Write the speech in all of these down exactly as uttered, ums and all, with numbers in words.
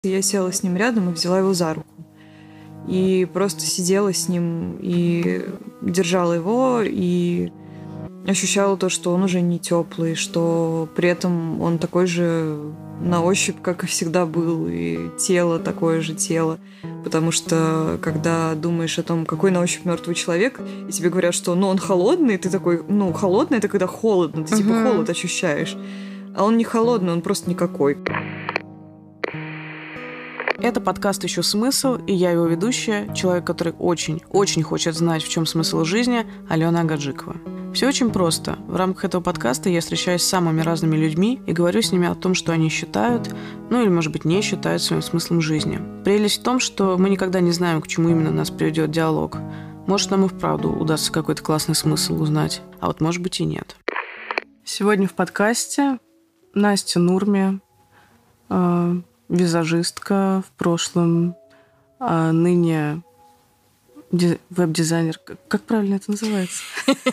Я села с ним рядом и взяла его за руку. И просто сидела с ним и держала его, и ощущала то, что он уже не теплый, что при этом он такой же на ощупь, как и всегда был, и тело такое же тело. Потому что, когда думаешь о том, какой на ощупь мертвый человек, и тебе говорят, что ну, он холодный, ты такой, ну, холодный — это когда холодно, ты типа холод ощущаешь. А он не холодный, он просто никакой. Это подкаст «Ищу смысл», и я его ведущая, человек, который очень-очень хочет знать, в чем смысл жизни, Алена Агаджикова. Все очень просто. В рамках этого подкаста я встречаюсь с самыми разными людьми и говорю с ними о том, что они считают, ну или, может быть, не считают своим смыслом жизни. Прелесть в том, что мы никогда не знаем, к чему именно нас приведет диалог. Может, нам и вправду удастся какой-то классный смысл узнать, а вот может быть и нет. Сегодня в подкасте Настя Нурми, э, визажистка в прошлом, а ныне веб-дизайнер. Как правильно это называется?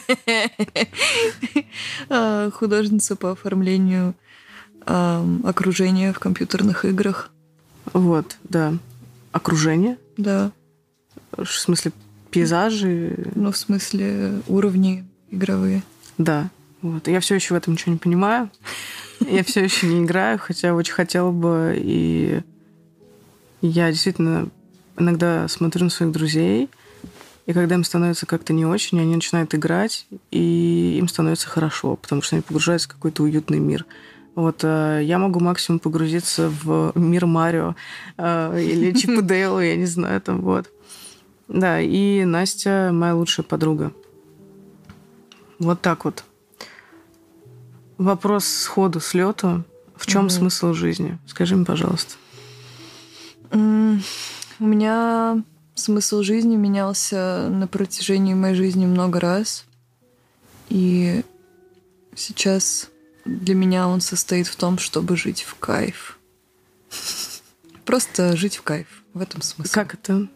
Художница по оформлению окружения в компьютерных играх. Вот, да. Окружение? Да. В смысле пейзажи? Ну, в смысле уровни игровые. Да. Вот. Я все еще в этом ничего не понимаю. Я все еще не играю, хотя очень хотела бы. И я действительно иногда смотрю на своих друзей, и когда им становится как-то не очень, они начинают играть, и им становится хорошо, потому что они погружаются в какой-то уютный мир. Вот я могу максимум погрузиться в мир Марио или Чип и Дейла, я не знаю, там вот. Да, и Настя моя лучшая подруга. Вот так вот. Вопрос сходу, с лету. В чем mm-hmm. смысл жизни? Скажи мне, пожалуйста. Mm, у меня смысл жизни менялся на протяжении моей жизни много раз. И сейчас для меня он состоит в том, чтобы жить в кайф. Просто жить в кайф. В этом смысл. Как это?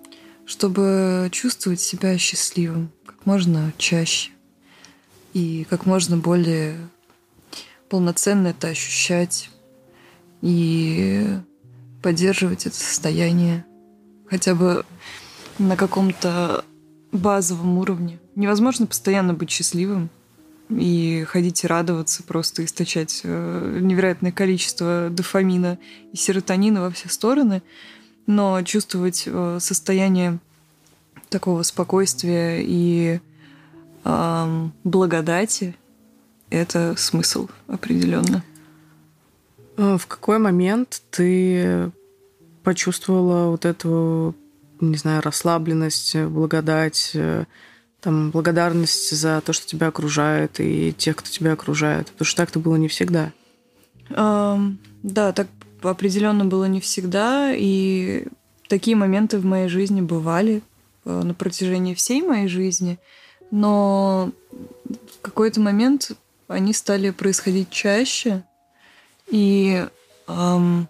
Чтобы чувствовать себя счастливым как можно чаще. И как можно более полноценно это ощущать и поддерживать это состояние хотя бы на каком-то базовом уровне. Невозможно постоянно быть счастливым и ходить и радоваться, просто источать невероятное количество дофамина и серотонина во все стороны, но чувствовать состояние такого спокойствия и э, благодати — это смысл определенно. В какой момент ты почувствовала вот эту, не знаю, расслабленность, благодать, там, благодарность за то, что тебя окружает, и тех, кто тебя окружает? Потому что так-то было не всегда. Um, да, так определенно было не всегда, и такие моменты в моей жизни бывали на протяжении всей моей жизни, но в какой-то момент они стали происходить чаще, и эм,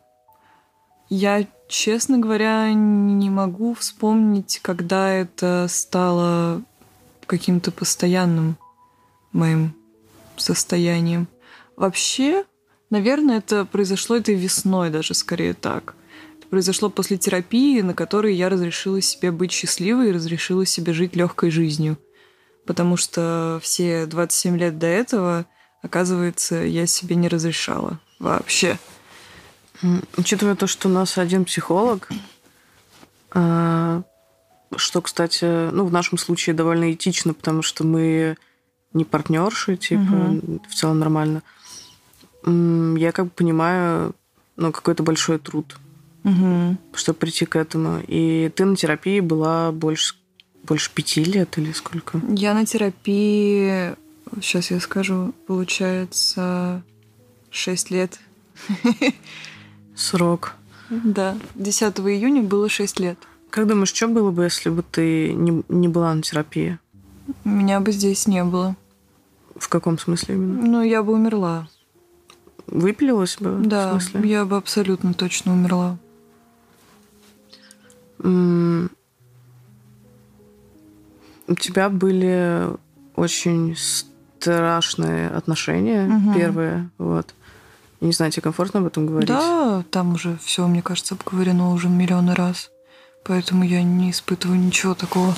я, честно говоря, не могу вспомнить, когда это стало каким-то постоянным моим состоянием. Вообще, наверное, это произошло этой весной, даже скорее так. Это произошло после терапии, на которой я разрешила себе быть счастливой и разрешила себе жить легкой жизнью. Потому что все двадцать семь лет до этого, оказывается, я себе не разрешала вообще. Учитывая то, что у нас один психолог, что, кстати, ну, в нашем случае довольно этично, потому что мы не партнерши, типа, угу. в целом нормально. Я как бы понимаю, ну, какой-то большой труд, угу. чтобы прийти к этому. И ты на терапии была больше Больше пяти лет или сколько? Я на терапии, сейчас я скажу, получается, шесть лет. Срок. Да, десятого июня было шесть лет. Как думаешь, что было бы, если бы ты не, не была на терапии? Меня бы здесь не было. В каком смысле именно? Ну, я бы умерла. Выпилилась бы? Да, в смысле? Я бы абсолютно точно умерла. М- У тебя были очень страшные отношения, угу. первые, вот. Не знаю, тебе комфортно об этом говорить? Да, там уже все, мне кажется, обговорено уже миллионы раз. Поэтому я не испытываю ничего такого.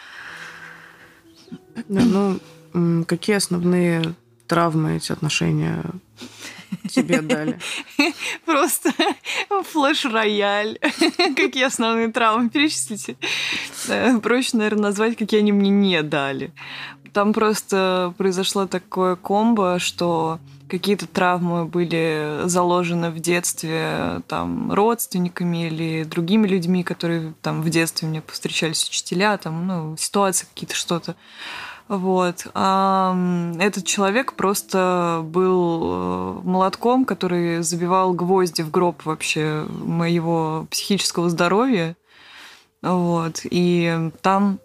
Да, ну, какие основные травмы эти отношения тебе дали? Просто флеш-рояль. Какие основные травмы? Перечислите. Проще, наверное, назвать, какие они мне не дали. Там просто произошло такое комбо, что какие-то травмы были заложены в детстве там, родственниками или другими людьми, которые там в детстве мне повстречались, учителя, там, ну, ситуации какие-то, что-то. Вот. А этот человек просто был молотком, который забивал гвозди в гроб вообще моего психического здоровья. Вот. И там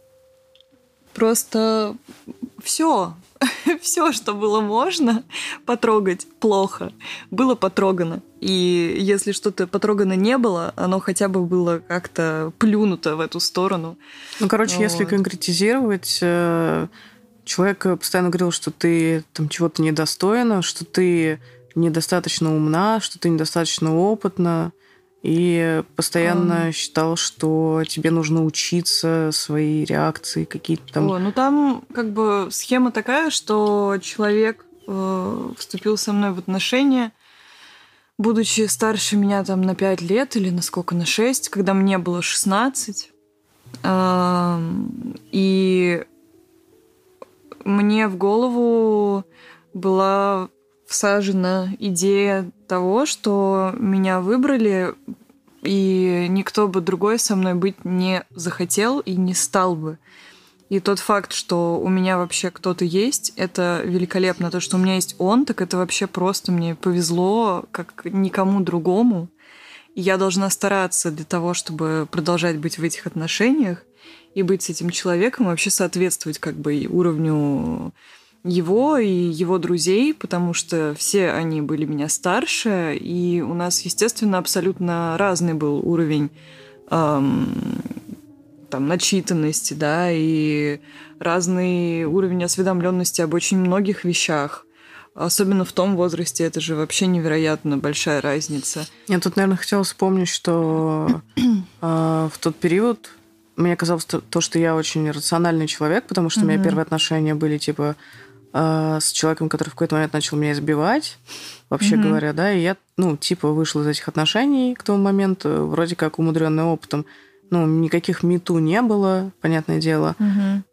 просто все, все, что было можно потрогать плохо, было потрогано. И если что-то потрогано не было, оно хотя бы было как-то плюнуто в эту сторону. Ну, короче, вот. Если конкретизировать, человек постоянно говорил, что ты там чего-то недостойна, что ты недостаточно умна, что ты недостаточно опытна, и постоянно а... считал, что тебе нужно учиться, свои реакции какие-то там. О, ну там как бы схема такая, что человек э, вступил со мной в отношения, будучи старше меня там на пять лет или на сколько, на шесть, когда мне было шестнадцать. Э, и мне в голову была всажена идея того, что меня выбрали, и никто бы другой со мной быть не захотел и не стал бы. И тот факт, что у меня вообще кто-то есть, это великолепно. То, что у меня есть он, так это вообще просто мне повезло, как никому другому. И я должна стараться для того, чтобы продолжать быть в этих отношениях и быть с этим человеком, и вообще соответствовать как бы и уровню его и его друзей, потому что все они были меня старше, и у нас, естественно, абсолютно разный был уровень эм, там, начитанности, да, и разный уровень осведомленности об очень многих вещах. Особенно в том возрасте, это же вообще невероятно большая разница. Я тут, наверное, хотела вспомнить, что э, в тот период мне казалось то, что я очень рациональный человек, потому что mm-hmm. у меня первые отношения были типа с человеком, который в какой-то момент начал меня избивать, вообще mm-hmm. говоря, да, и я, ну, типа, вышла из этих отношений к тому моменту, вроде как умудренная опытом. Ну, никаких мету не было, понятное дело. Mm-hmm.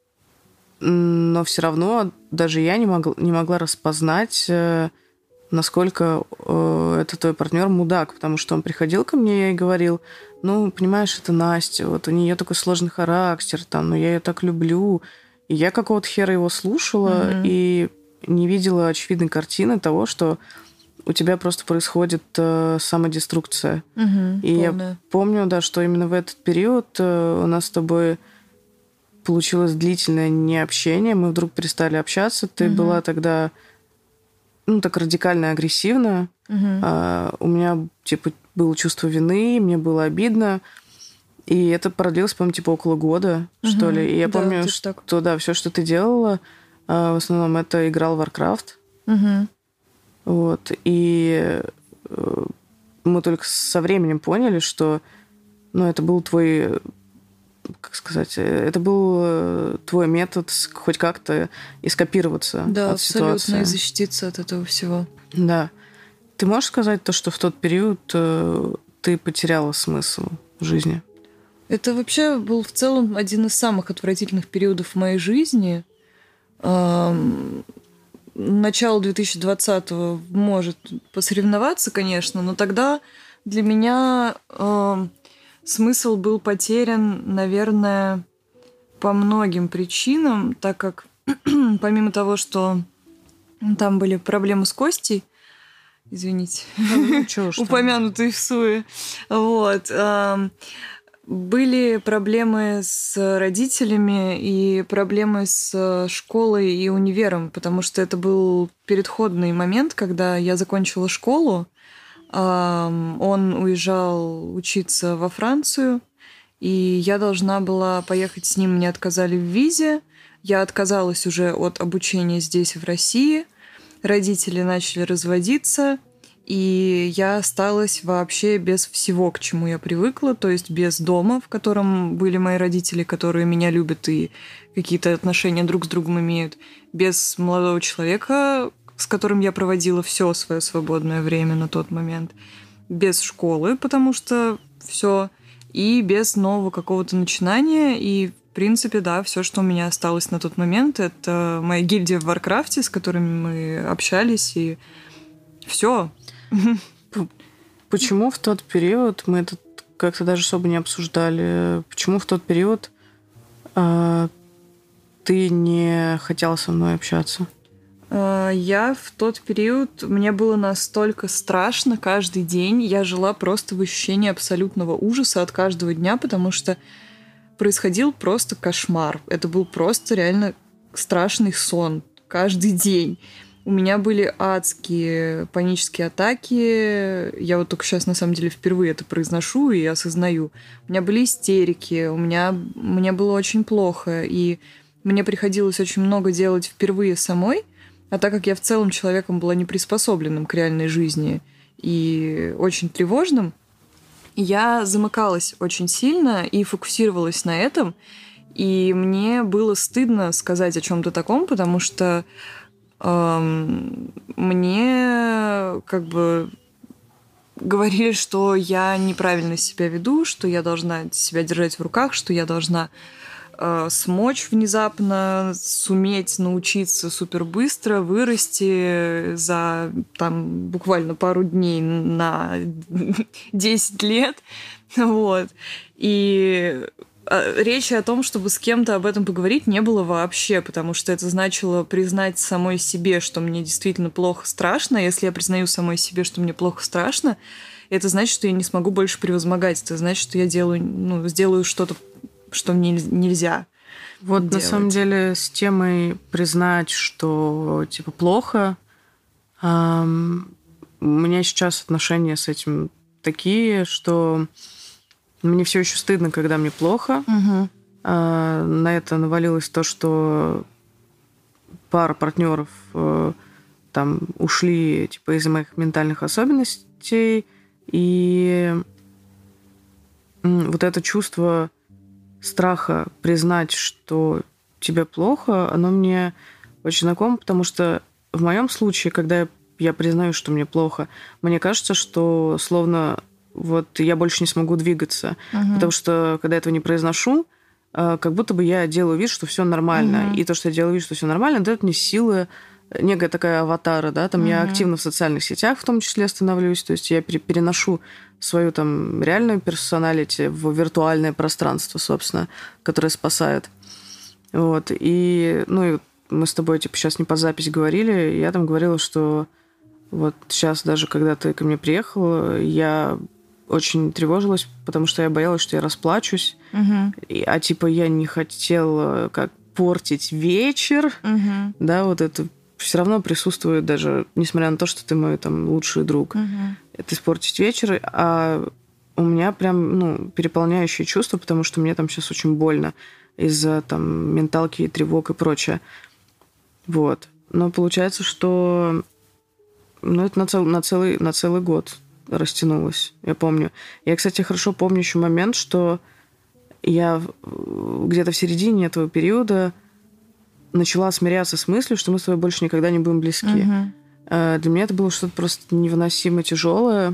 Но все равно даже я не, мог, не могла распознать, насколько это твой партнер мудак, потому что он приходил ко мне и говорил, ну, понимаешь, это Настя, вот у нее такой сложный характер, там, но я ее так люблю. И я какого-то хера его слушала mm-hmm. и не видела очевидной картины того, что у тебя просто происходит э, самодеструкция. Mm-hmm, и полная. Я помню, да, что именно в этот период э, у нас с тобой получилось длительное необщение, мы вдруг перестали общаться. Ты mm-hmm. была тогда, ну, так радикально агрессивна. Mm-hmm. А, у меня, типа, было чувство вины, мне было обидно. И это продлилось, по-моему, типа около года, угу, что ли. И я да, помню, что так. да, все, что ты делала, в основном это играл в Warcraft. Угу. Вот. И мы только со временем поняли, что ну, это был твой, как сказать, это был твой метод хоть как-то эскапироваться да, от ситуации. Да, абсолютно, и защититься от этого всего. Да. Ты можешь сказать то, что в тот период ты потеряла смысл в жизни? Это вообще был в целом один из самых отвратительных периодов в моей жизни. Начало две тысячи двадцатого может посоревноваться, конечно, но тогда для меня смысл был потерян, наверное, по многим причинам, так как помимо того, что там были проблемы с Костей, извините, ну, чё ж упомянутые в суе, вот, были проблемы с родителями и проблемы с школой и универом, потому что это был переходный момент, когда я закончила школу. Он уезжал учиться во Францию, и я должна была поехать с ним. Мне отказали в визе. Я отказалась уже от обучения здесь, в России. Родители начали разводиться. И я осталась вообще без всего, к чему я привыкла, то есть без дома, в котором были мои родители, которые меня любят и какие-то отношения друг с другом имеют, без молодого человека, с которым я проводила все свое свободное время на тот момент, без школы, потому что все, и без нового какого-то начинания. И, в принципе, да, все, что у меня осталось на тот момент, это моя гильдия в Варкрафте, с которыми мы общались, и все. Почему в тот период, мы это как-то даже особо не обсуждали, почему в тот период э, ты не хотела со мной общаться? Я в тот период, мне было настолько страшно каждый день, я жила просто в ощущении абсолютного ужаса от каждого дня, потому что происходил просто кошмар. Это был просто реально страшный сон каждый день. У меня были адские панические атаки. Я вот только сейчас, на самом деле, впервые это произношу и осознаю. У меня были истерики, у меня, мне было очень плохо, и мне приходилось очень много делать впервые самой. А так как я в целом человеком была неприспособленным к реальной жизни и очень тревожным, я замыкалась очень сильно и фокусировалась на этом. И мне было стыдно сказать о чем-то таком, потому что эм, мне как бы говорили, что я неправильно себя веду, что я должна себя держать в руках, что я должна э, смочь внезапно, суметь научиться супербыстро, вырасти за там, буквально пару дней на десять лет. Вот. И речи о том, чтобы с кем-то об этом поговорить, не было вообще, потому что это значило признать самой себе, что мне действительно плохо, страшно. Если я признаю самой себе, что мне плохо, страшно, это значит, что я не смогу больше превозмогать. Это значит, что я делаю, ну, сделаю что-то, что мне нельзя. Вот делать. На самом деле с темой признать, что типа плохо, эм, у меня сейчас отношения с этим такие, что мне все еще стыдно, когда мне плохо. Угу. А, на это навалилось то, что пара партнеров э, там ушли типа из-за моих ментальных особенностей, и вот это чувство страха признать, что тебе плохо, оно мне очень знакомо, потому что в моем случае, когда я, я признаю, что мне плохо, мне кажется, что словно вот я больше не смогу двигаться. Uh-huh. Потому что, когда я этого не произношу, как будто бы я делаю вид, что все нормально. Uh-huh. И то, что я делаю вид, что все нормально, дает мне силы, некая такая аватара, да, там uh-huh. я активно в социальных сетях в том числе становлюсь, то есть я переношу свою там реальную персоналити в виртуальное пространство, собственно, которое спасает. Вот. И, ну, и мы с тобой, типа, сейчас не по записи говорили, я там говорила, что вот сейчас даже, когда ты ко мне приехала, я очень тревожилась, потому что я боялась, что я расплачусь. Угу. И, а типа я не хотела как портить вечер. Угу. Да, вот это все равно присутствует даже, несмотря на то, что ты мой там лучший друг. Угу. Это испортить вечер. А у меня прям, ну, переполняющее чувство, потому что мне там сейчас очень больно из-за там менталки, и тревог и прочее. Вот. Но получается, что ну, это на, цел, на, целый, на целый год растянулось, я помню. Я, кстати, хорошо помню еще момент, что я где-то в середине этого периода начала смиряться с мыслью, что мы с тобой больше никогда не будем близки. Uh-huh. Для меня это было что-то просто невыносимо тяжелое.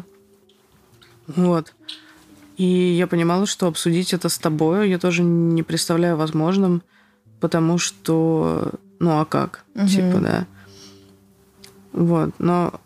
Вот. И я понимала, что обсудить это с тобой я тоже не представляю возможным, потому что... Ну, а как? Uh-huh. Типа, да. Вот. Но...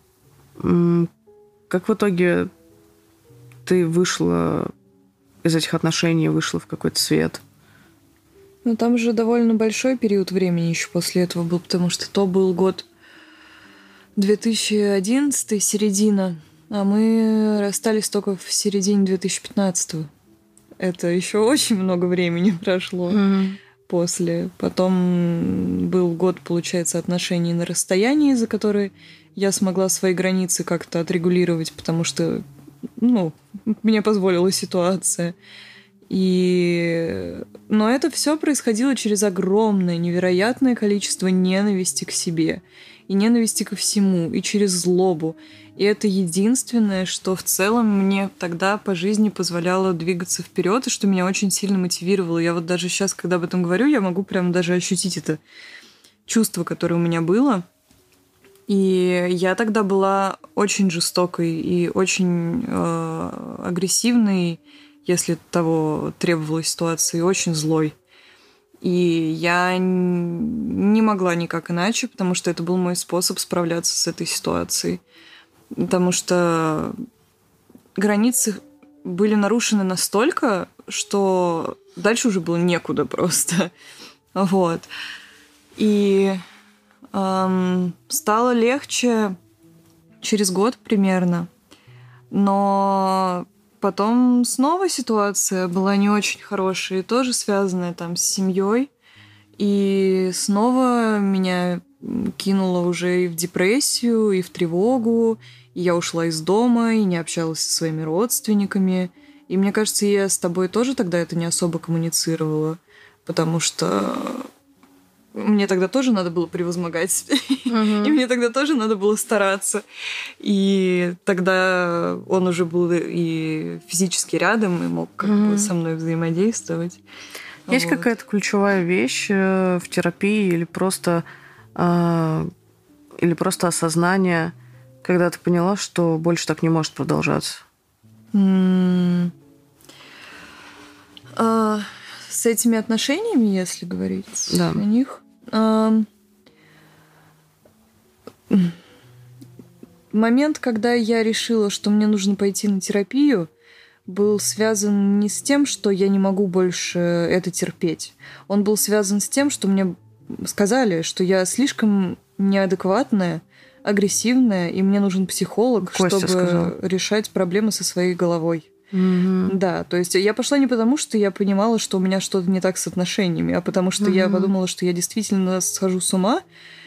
Как в итоге ты вышла из этих отношений, вышла в какой-то свет? Ну, там же довольно большой период времени еще после этого был, потому что то был год две тысячи одиннадцатый, середина, а мы расстались только в середине две тысячи пятнадцатого. Это еще очень много времени прошло mm-hmm. после. Потом был год, получается, отношений на расстоянии, за которые я смогла свои границы как-то отрегулировать, потому что, ну, мне позволила ситуация. И... Но это все происходило через огромное, невероятное количество ненависти к себе. и ненависти ко всему, и через злобу. И это единственное, что в целом мне тогда по жизни позволяло двигаться вперед, и что меня очень сильно мотивировало. Я вот даже сейчас, когда об этом говорю, я могу прям даже ощутить это чувство, которое у меня было. И я тогда была очень жестокой и очень э, агрессивной, если того требовала ситуация, и очень злой. И я не могла никак иначе, потому что это был мой способ справляться с этой ситуацией. Потому что границы были нарушены настолько, что дальше уже было некуда просто. Вот. И эм, стало легче через год примерно. Но потом снова ситуация была не очень хорошая, и тоже связанная там с семьей. И снова меня кинуло уже и в депрессию, и в тревогу. И я ушла из дома, и не общалась со своими родственниками. И мне кажется, я с тобой тоже тогда это не особо коммуницировала, потому что мне тогда тоже надо было превозмогать. Uh-huh. И мне тогда тоже надо было стараться. И тогда он уже был и физически рядом, и мог как uh-huh. бы со мной взаимодействовать. Есть вот. Какая-то ключевая вещь в терапии или просто, э, или просто осознание, когда ты поняла, что больше так не может продолжаться? Mm. Uh, с этими отношениями, если говорить да. о них... Uh, момент, когда я решила, что мне нужно пойти на терапию, был связан не с тем, что я не могу больше это терпеть. Он был связан с тем, что мне сказали, что я слишком неадекватная, агрессивная, и мне нужен психолог, Костя чтобы сказал. решать проблемы со своей головой. Mm-hmm. Да, то есть я пошла не потому, что я понимала, что у меня что-то не так с отношениями, а потому что mm-hmm. я подумала, что я действительно схожу с ума,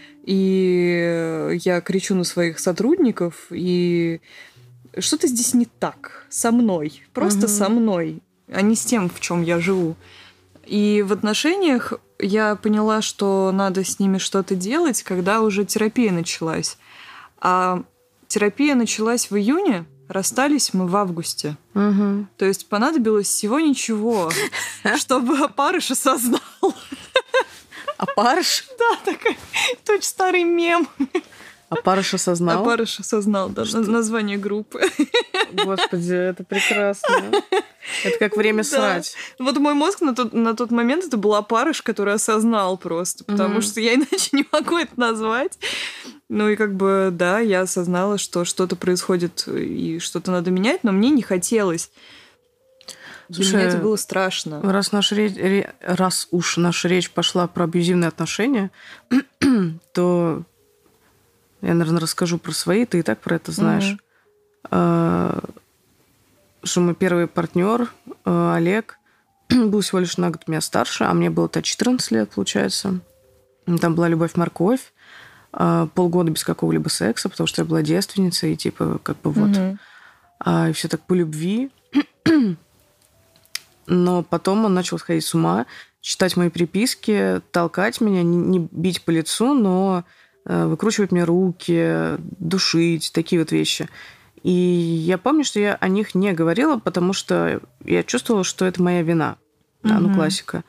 и я кричу на своих сотрудников, и что-то здесь не так со мной, просто mm-hmm. со мной, а не с тем, в чем я живу. И в отношениях я поняла, что надо с ними что-то делать, когда уже терапия началась. А терапия началась в июне, расстались мы в августе. Угу. То есть понадобилось всего ничего, чтобы опарыш осознал. Опарыш? Да, такой очень старый мем. Опарыш осознал? Опарыш осознал, да, что? Название группы. Господи, это прекрасно. Это как время срать. Да. Вот мой мозг на тот, на тот момент это был опарыш, который осознал просто, потому mm-hmm. что я иначе не могу это назвать. Ну и как бы, да, я осознала, что что-то происходит и что-то надо менять, но мне не хотелось. Для Слушай, меня это было страшно. Раз, наша речь, раз уж наша речь пошла про абьюзивные отношения, то я, наверное, расскажу про свои, ты и так про это знаешь. Mm-hmm. Что мой первый партнер Олег был всего лишь на год меня старше, а мне было-то четырнадцать лет, получается. Там была любовь-морковь, полгода без какого-либо секса, потому что я была девственницей, и типа как бы вот. Mm-hmm. И все так по любви. Но потом он начал сходить с ума, читать мои переписки, толкать меня, не бить по лицу, но выкручивать мне руки, душить, такие вот вещи. И я помню, что я о них не говорила, потому что я чувствовала, что это моя вина. Да, ну, классика.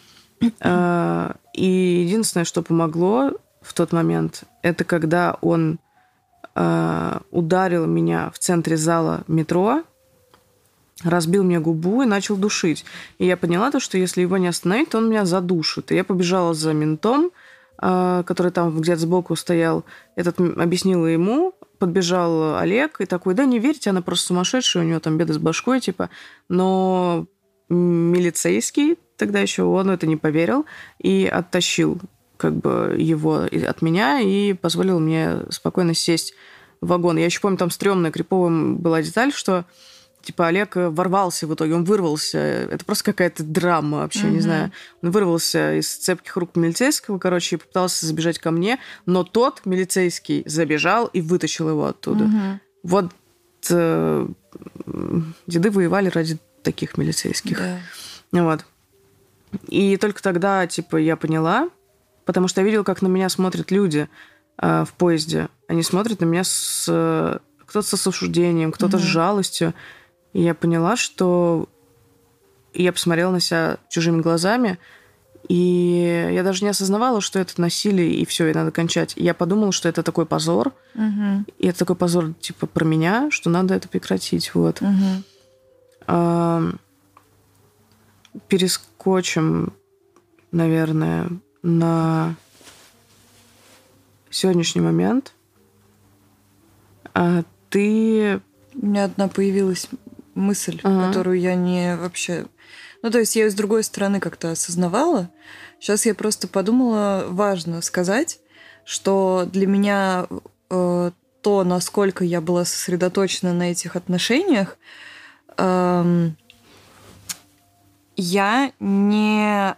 И единственное, что помогло в тот момент, это когда он ударил меня в центре зала метро, разбил мне губу и начал душить. И я поняла то, что если его не остановить, то он меня задушит. И я побежала за ментом, который там где-то сбоку стоял. Этот объяснила ему, подбежал Олег и такой: да не верьте, она просто сумасшедшая, у нее там беды с башкой, типа. Но милицейский тогда еще, он это не поверил и оттащил как бы его от меня и позволил мне спокойно сесть в вагон. Я еще помню, там стрёмная, криповая была деталь, что типа Олег ворвался в итоге, он вырвался. Это просто какая-то драма вообще, mm-hmm. не знаю. Он вырвался из цепких рук милицейского, короче, и попытался забежать ко мне, но тот милицейский забежал и вытащил его оттуда. Mm-hmm. Вот э, деды воевали ради таких милицейских. Yeah. Вот. И только тогда, типа, я поняла, потому что я видела, как на меня смотрят люди, э, в поезде, они смотрят на меня с... Кто-то с осуждением, кто-то mm-hmm. с жалостью. И я поняла, что... Я посмотрела на себя чужими глазами, и я даже не осознавала, что это насилие, и все, и надо кончать. И я подумала, что это такой позор. Mm-hmm. И это такой позор, типа, про меня, что надо это прекратить. Вот. Mm-hmm. А... Перескочим, наверное, на сегодняшний момент. А ты... У меня одна появилась мысль, ага. которую я не вообще... Ну, то есть я ее с другой стороны как-то осознавала. Сейчас я просто подумала, важно сказать, что для меня э, то, насколько я была сосредоточена на этих отношениях, э, я не...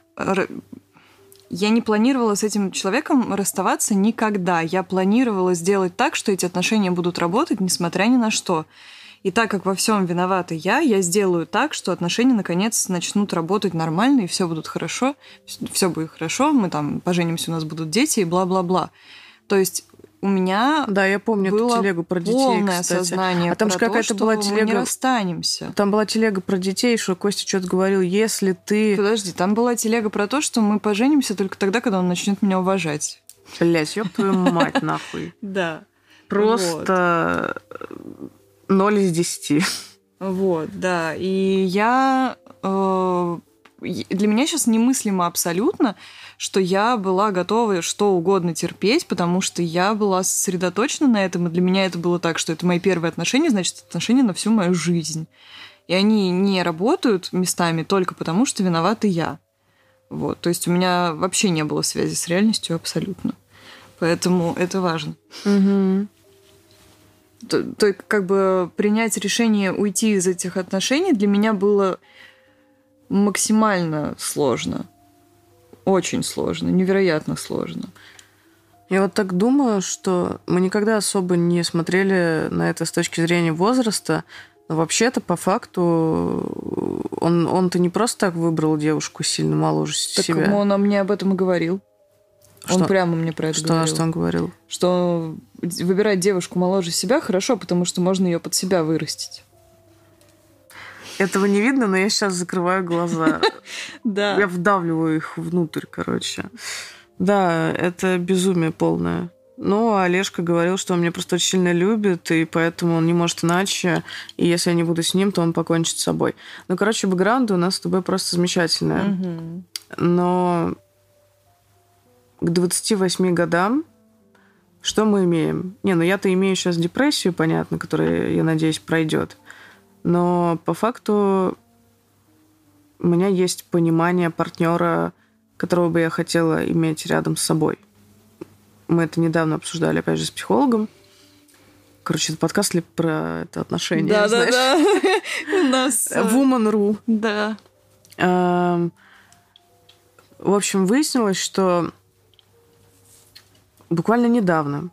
Я не планировала с этим человеком расставаться никогда. Я планировала сделать так, что эти отношения будут работать, несмотря ни на что. И так как во всем виновата я, я сделаю так, что отношения наконец начнут работать нормально, и все будет хорошо, все будет хорошо, мы там поженимся, у нас будут дети, и бла-бла-бла. То есть у меня да, я помню было эту телегу про детей, полное кстати. сознание а там про же какая-то то, была что телега... мы не расстанемся. Там была телега про детей, что Костя что-то говорил, если ты... Подожди, там была телега про то, что мы поженимся только тогда, когда он начнет меня уважать. Блять, ёб твою мать, нахуй. Да. Просто ноль из десяти. Вот, да. И я... Для меня сейчас немыслимо абсолютно, что я была готова что угодно терпеть, потому что я была сосредоточена на этом, и для меня это было так, что это мои первые отношения, значит, отношения на всю мою жизнь. И они не работают местами только потому, что виновата я. Вот. То есть у меня вообще не было связи с реальностью абсолютно. Поэтому это важно. Угу. То, то как бы принять решение уйти из этих отношений для меня было максимально сложно. Очень сложно, невероятно сложно. Я вот так думаю, что мы никогда особо не смотрели на это с точки зрения возраста, но вообще-то по факту он, он-то не просто так выбрал девушку сильно моложе так себя. Так он мне об этом и говорил. Что? Он прямо мне про это что, говорил. Что он говорил? Что выбирать девушку моложе себя хорошо, потому что можно ее под себя вырастить. Этого не видно, но я сейчас закрываю глаза. Да. Я вдавливаю их внутрь, короче. Да, это безумие полное. Но Олежка говорил, что он меня просто очень сильно любит, и поэтому он не может иначе. И если я не буду с ним, то он покончит с собой. Ну, короче, бэкграунд у нас с тобой просто замечательная. Угу. Но к двадцати восьми годам что мы имеем? Не, ну я-то имею сейчас депрессию, понятно, которая, я надеюсь, пройдет. Но по факту у меня есть понимание партнера, которого бы я хотела иметь рядом с собой. Мы это недавно обсуждали, опять же, с психологом. Короче, это подкаст ли про это отношение? Да, да, да. У нас... Woman.ru. Да. В общем, выяснилось, что буквально недавно,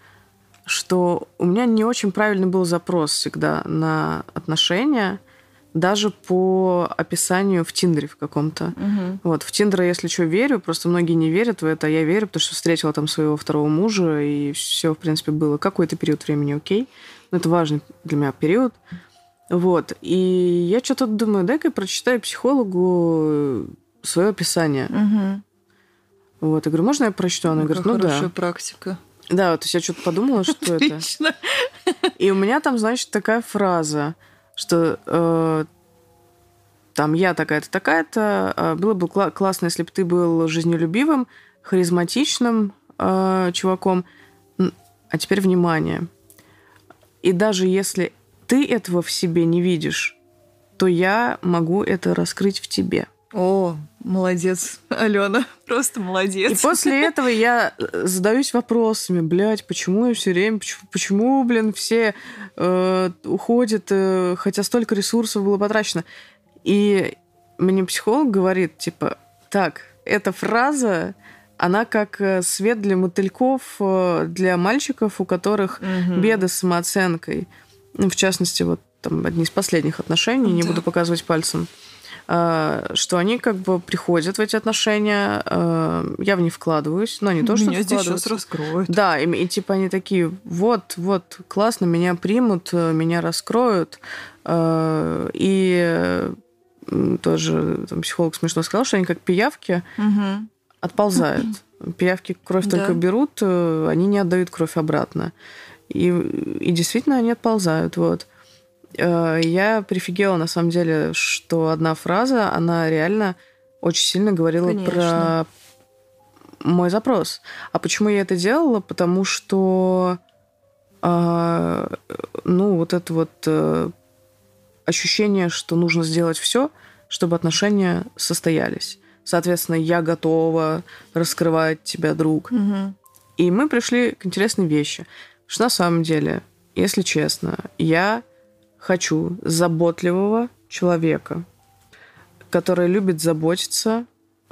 что у меня не очень правильный был запрос всегда на отношения, даже по описанию в Тиндере в каком-то. Угу. Вот, в Тиндер, если что, верю, просто многие не верят в это, а я верю, потому что встретила там своего второго мужа, и все, в принципе, было какой-то период времени окей. Но это важный для меня период. Вот, и я что-то думаю, дай-ка я прочитаю психологу свое описание. Угу. Вот, я говорю, можно я прочту? Она говорит, ну да. Хорошая практика. Да, вот я что-то подумала, что это. Отлично. И у меня там, значит, такая фраза, что э, там я такая-то, такая-то. Э, было бы кла- классно, если бы ты был жизнелюбивым, харизматичным э, чуваком. А теперь внимание. И даже если ты этого в себе не видишь, то я могу это раскрыть в тебе. О, молодец, Алена, просто молодец. И после этого я задаюсь вопросами, блядь, почему я все время, почему, почему блин, все э, уходят, э, хотя столько ресурсов было потрачено. И мне психолог говорит, типа, так, эта фраза, она как свет для мотыльков, для мальчиков, у которых угу. беды с самооценкой. Ну, в частности, вот там одни из последних отношений, не да. буду показывать пальцем. что они как бы приходят в эти отношения, я в них вкладываюсь, но не то, что меня здесь вкладываются. сейчас раскроют. Да, и, и типа они такие, вот, вот, классно, меня примут, меня раскроют. И тоже там, психолог смешно сказал, что они как пиявки угу. отползают. Пиявки кровь да. только берут, они не отдают кровь обратно. И, и действительно они отползают. Вот. Я прифигела, на самом деле, что одна фраза, она реально очень сильно говорила Конечно. про мой запрос. А почему я это делала? Потому что ну, вот это вот ощущение, что нужно сделать все, чтобы отношения состоялись. Соответственно, я готова раскрывать тебя, друг. Угу. И мы пришли к интересной вещи. Что на самом деле, если честно, я хочу заботливого человека, который любит заботиться,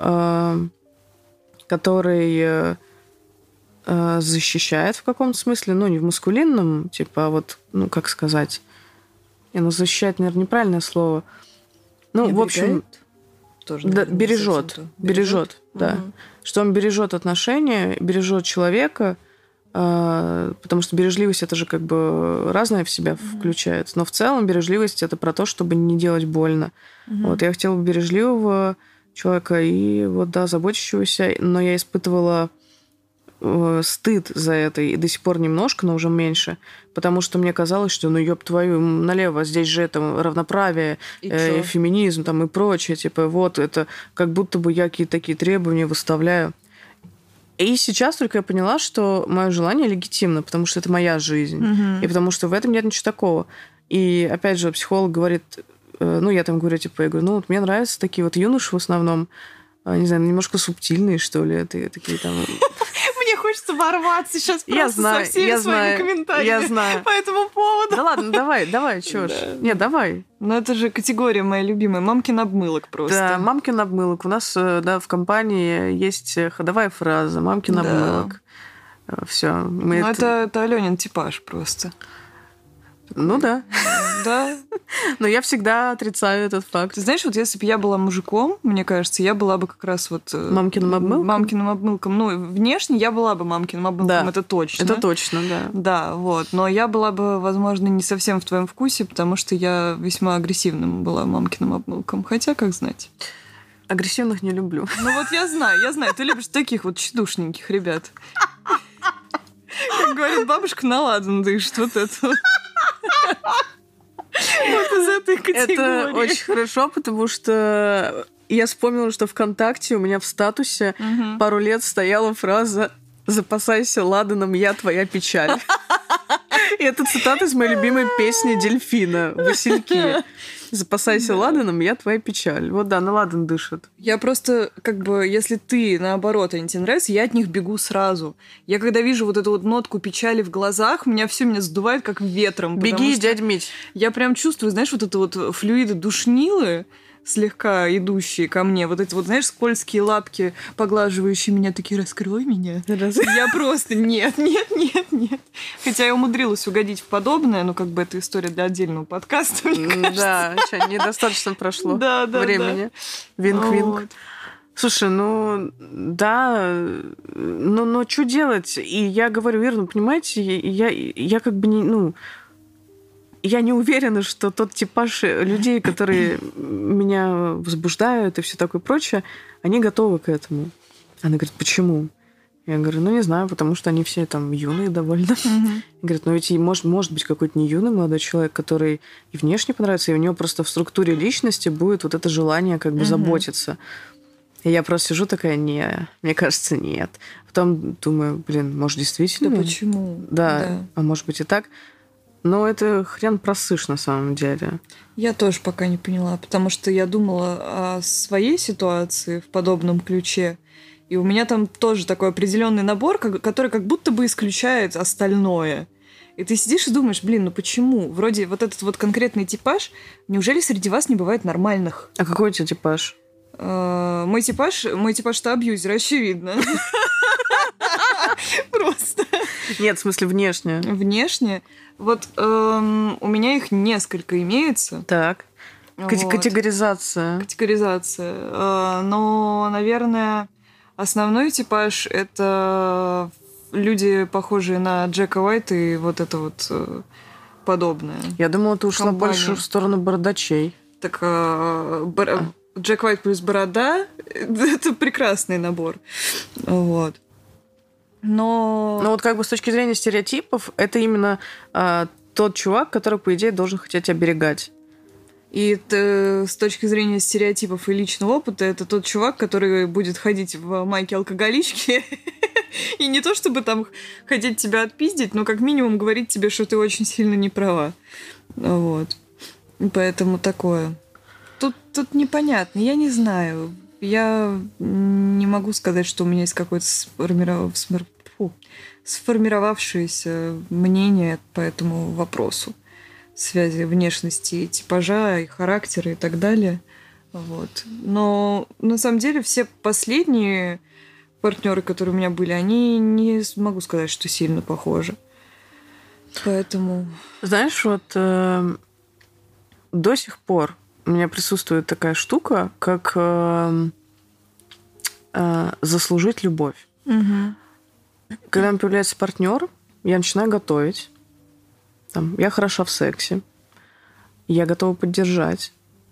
который защищает в каком-то смысле, ну, не в маскулинном, типа, вот, ну, как сказать... Не, ну, защищать, наверное, неправильное слово. Ну, не в общем... Тоже, да, наверное, бережет. Бережет, бережет да. Угу. Что он бережет отношения, бережет человека, потому что бережливость это же как бы разное в себя угу. включает. Но в целом бережливость это про то, чтобы не делать больно. Угу. Вот я хотела бы бережливого человека и вот, да, заботящегося, но я испытывала стыд за это, и до сих пор немножко, но уже меньше, потому что мне казалось, что ну ёб твою налево, здесь же это равноправие, э, феминизм там и прочее, типа вот это как будто бы я какие-то такие требования выставляю. И сейчас только я поняла, что мое желание легитимно, потому что это моя жизнь, угу. и потому что в этом нет ничего такого. И опять же психолог говорит, э, ну я там говорю, типа, я говорю, ну вот мне нравятся такие вот юноши в основном, не знаю, немножко субтильные, что ли, это такие там... Мне хочется ворваться сейчас просто я знаю, со всеми я своими знаю, комментариями я знаю. по этому поводу. Да ладно, давай, давай, чё ж. Да. Нет, давай. Ну, это же категория моя любимая. Мамкин обмылок просто. Да, мамкин обмылок. У нас, да, в компании есть ходовая фраза мамкин да. обмылок. Все. Ну, это... это, это Алёнин типаж просто. Ну да. Да. Но я всегда отрицаю этот факт. Ты знаешь, вот если бы я была мужиком, мне кажется, я была бы как раз вот... Мамкиным обмылком? Мамкиным обмылком. Ну, внешне я была бы мамкиным обмылком, да. это точно. Это точно, да. Да, вот. Но я была бы, возможно, не совсем в твоем вкусе, потому что я весьма агрессивным была мамкиным обмылком. Хотя, как знать. Агрессивных не люблю. Ну вот я знаю, я знаю. Ты любишь таких вот тщедушненьких ребят. Как говорит бабушка, на ладан дышит. Вот это вот. Вот из этой категории. Это очень хорошо, потому что я вспомнила, что ВКонтакте у меня в статусе угу. пару лет стояла фраза «Запасайся ладаном, я твоя печаль». И это цитата из моей любимой песни «Дельфина» «Васильки». «Запасайся ладаном, я твоя печаль». Вот да, на ладан дышит. Я просто, как бы, если ты, наоборот, они тебе нравятся, я от них бегу сразу. Я когда вижу вот эту вот нотку печали в глазах, меня все меня сдувает как ветром. Беги, дядь Мить. Я прям чувствую, знаешь, вот это вот флюиды душнилы, слегка идущие ко мне, вот эти вот, знаешь, скользкие лапки, поглаживающие меня, такие, раскрой меня. Я просто, нет, нет, нет, нет. Хотя я умудрилась угодить в подобное, но как бы это история для отдельного подкаста, мне кажется. Да, что, недостаточно прошло да, да, времени. Да. Винк-винк. Вот. Слушай, ну, да, ну, ну, что делать? И я говорю, Ир, ну, понимаете, я, я как бы не, ну, я не уверена, что тот типаж людей, которые меня возбуждают и все такое прочее, они готовы к этому. Она говорит, почему? Я говорю, ну, не знаю, потому что они все там юные довольно. Mm-hmm. Говорит, ну, ведь может, может быть какой-то не юный молодой человек, который и внешне понравится, и у него просто в структуре личности будет вот это желание как бы mm-hmm. заботиться. И я просто сижу такая, не, мне кажется, нет. Потом думаю, блин, может, действительно? Да почему? Да, да. А может быть и так. Но это хрен просышь на самом деле. Я тоже пока не поняла, потому что я думала о своей ситуации в подобном ключе. И у меня там тоже такой определенный набор, который как будто бы исключает остальное. И ты сидишь и думаешь, блин, ну почему? Вроде вот этот вот конкретный типаж, неужели среди вас не бывает нормальных? А какой у тебя типаж? Мой типаж, мой типаж-то абьюзер, очевидно. Просто. Нет, в смысле внешне. Внешне? Вот эм, у меня их несколько имеется. Так. Кати- Вот. Категоризация. Категоризация. Но, наверное, основной типаж — это люди, похожие на Джека Уайта и вот это вот подобное. Я думала, ты ушла Компания. больше в сторону бородачей. Так бор... Джек Уайт плюс борода — это прекрасный набор. Вот. Но... Но вот как бы с точки зрения стереотипов, это именно а, тот чувак, который, по идее, должен хотеть оберегать. И это, с точки зрения стереотипов и личного опыта, это тот чувак, который будет ходить в майке алкоголички и не то чтобы там хотеть тебя отпиздить, но как минимум говорить тебе, что ты очень сильно не права. Вот. Поэтому такое. Тут, тут непонятно. Я не знаю. Я не могу сказать, что у меня есть какое-то сформиров... Фу. сформировавшееся мнение по этому вопросу. Связи внешности, типажа, и характера и так далее. Вот. Но на самом деле все последние партнеры, которые у меня были, они не могу сказать, что сильно похожи. Поэтому... Знаешь, вот э, до сих пор у меня присутствует такая штука, как э, э, заслужить любовь. Угу. Когда у меня появляется партнер, я начинаю готовить. Там, я хороша в сексе. Я готова поддержать.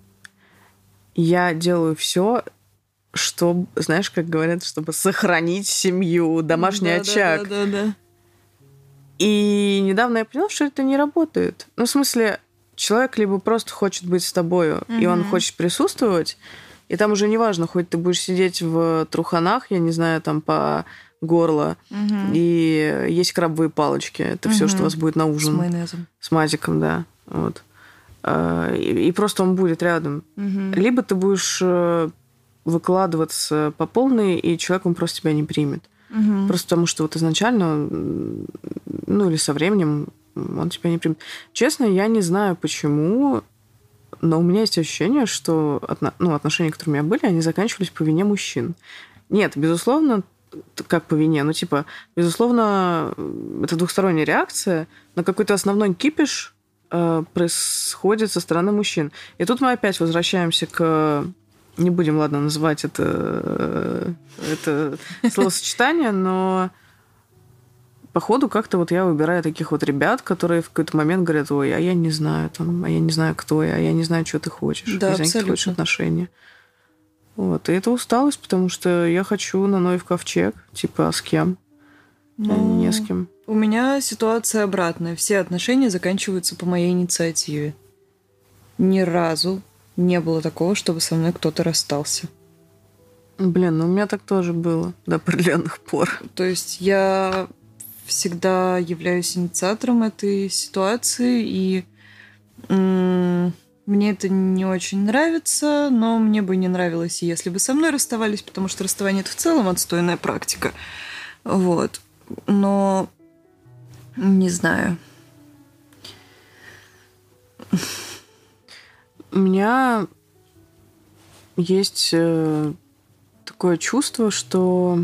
Я делаю все, чтобы, знаешь, как говорят, чтобы сохранить семью, домашний да, очаг. Да, да, да, да. И недавно я поняла, что это не работает. Ну, в смысле, человек либо просто хочет быть с тобою, угу. и он хочет присутствовать, и там уже неважно, хоть ты будешь сидеть в труханах, я не знаю, там по горло, угу. и есть крабовые палочки. Это угу. все, что у вас будет на ужин. С майонезом. С мазиком, да. Вот. И, и просто он будет рядом. Угу. Либо ты будешь выкладываться по полной, и человек, он просто тебя не примет. Угу. Просто потому, что вот изначально, ну или со временем, он тебя не примет. Честно, я не знаю, почему, но у меня есть ощущение, что отно... ну, отношения, которые у меня были, они заканчивались по вине мужчин. Нет, безусловно, как по вине, ну типа, безусловно, это двухсторонняя реакция, но какой-то основной кипиш э, происходит со стороны мужчин. И тут мы опять возвращаемся к... Не будем, ладно, называть это, это словосочетание, но походу как-то вот я выбираю таких вот ребят, которые в какой-то момент говорят: ой, а я не знаю, там, а я не знаю, кто я, а я не знаю, что ты хочешь. Да, не знаю, какие ты хочешь отношения. Вот. И это усталость, потому что я хочу на Ноев ковчег. Типа, а с кем? Ну, не с кем. У меня ситуация обратная. Все отношения заканчиваются по моей инициативе. Ни разу не было такого, чтобы со мной кто-то расстался. Блин, ну у меня так тоже было до определенных пор. То есть я всегда являюсь инициатором этой ситуации, и м- мне это не очень нравится, но мне бы не нравилось, если бы со мной расставались, потому что расставание — это в целом отстойная практика. Вот. Но не знаю. У меня есть э, такое чувство, что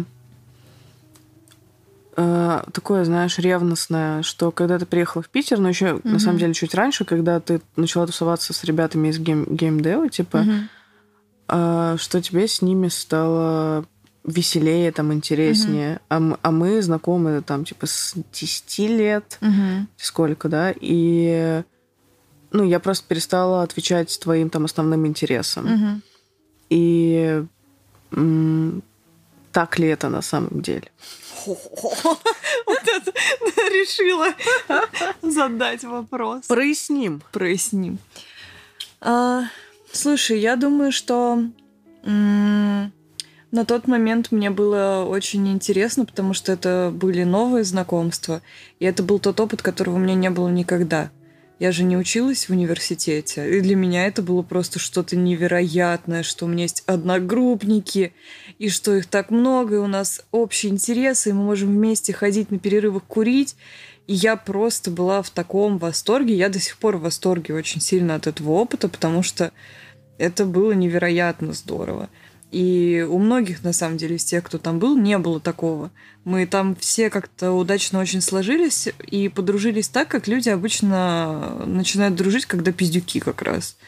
э, такое, знаешь, ревностное, что когда ты приехала в Питер, но еще mm-hmm. на самом деле чуть раньше, когда ты начала тусоваться с ребятами из гейм, геймдева, типа, mm-hmm. э, что тебе с ними стало веселее, там, интереснее. Mm-hmm. А, мы, а мы знакомы там, типа, с десяти лет, mm-hmm. сколько, да, и... Ну, я просто перестала отвечать твоим там основным интересам. Угу. И м- так ли это на самом деле? Вот это решила задать вопрос. Проясним. Проясним. А, слушай, я думаю, что м- на тот момент мне было очень интересно, потому что это были новые знакомства, и это был тот опыт, которого у меня не было никогда. Я же не училась в университете, и для меня это было просто что-то невероятное, что у меня есть одногруппники, и что их так много, и у нас общие интересы, и мы можем вместе ходить на перерывах курить. И я просто была в таком восторге. Я до сих пор в восторге очень сильно от этого опыта, потому что это было невероятно здорово. И у многих, на самом деле, из тех, кто там был, не было такого. Мы там все как-то удачно очень сложились и подружились так, как люди обычно начинают дружить, когда пиздюки как раз.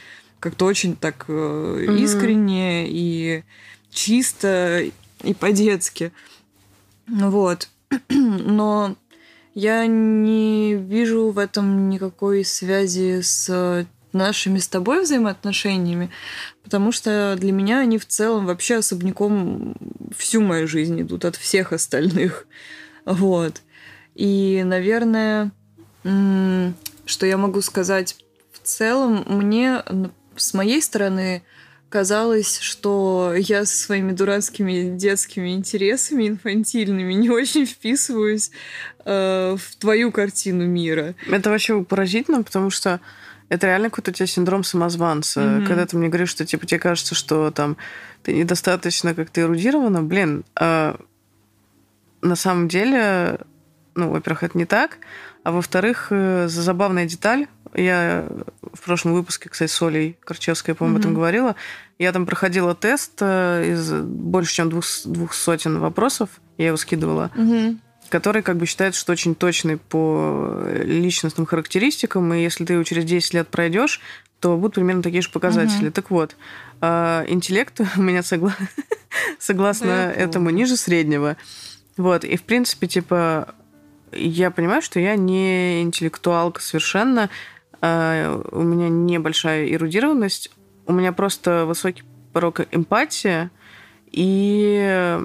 как-то очень так mm-hmm. искренне и чисто, и по-детски. Вот. Но я не вижу в этом никакой связи с нашими с тобой взаимоотношениями, потому что для меня они в целом вообще особняком всю мою жизнь идут от всех остальных. Вот. И, наверное, что я могу сказать в целом, мне с моей стороны казалось, что я со своими дурацкими детскими интересами инфантильными не очень вписываюсь э, в твою картину мира. Это вообще поразительно, потому что это реально какой-то у тебя синдром самозванца. Mm-hmm. Когда ты мне говоришь, что типа тебе кажется, что там ты недостаточно как-то эрудирована, блин, а на самом деле, ну, во-первых, это не так, а во-вторых, за забавная деталь, я в прошлом выпуске, кстати, с Олей Корчевской, я, по-моему, mm-hmm. об этом говорила, я там проходила тест из больше, чем двух, двух сотен вопросов, я его скидывала, mm-hmm. который как бы считается, что очень точный по личностным характеристикам, и если ты его через десять лет пройдешь, то будут примерно такие же показатели. Mm-hmm. Так вот, интеллект у меня согла... согласно да, этому ниже среднего. Вот, и в принципе, типа, я понимаю, что я не интеллектуалка совершенно, у меня небольшая эрудированность, у меня просто высокий порог эмпатии и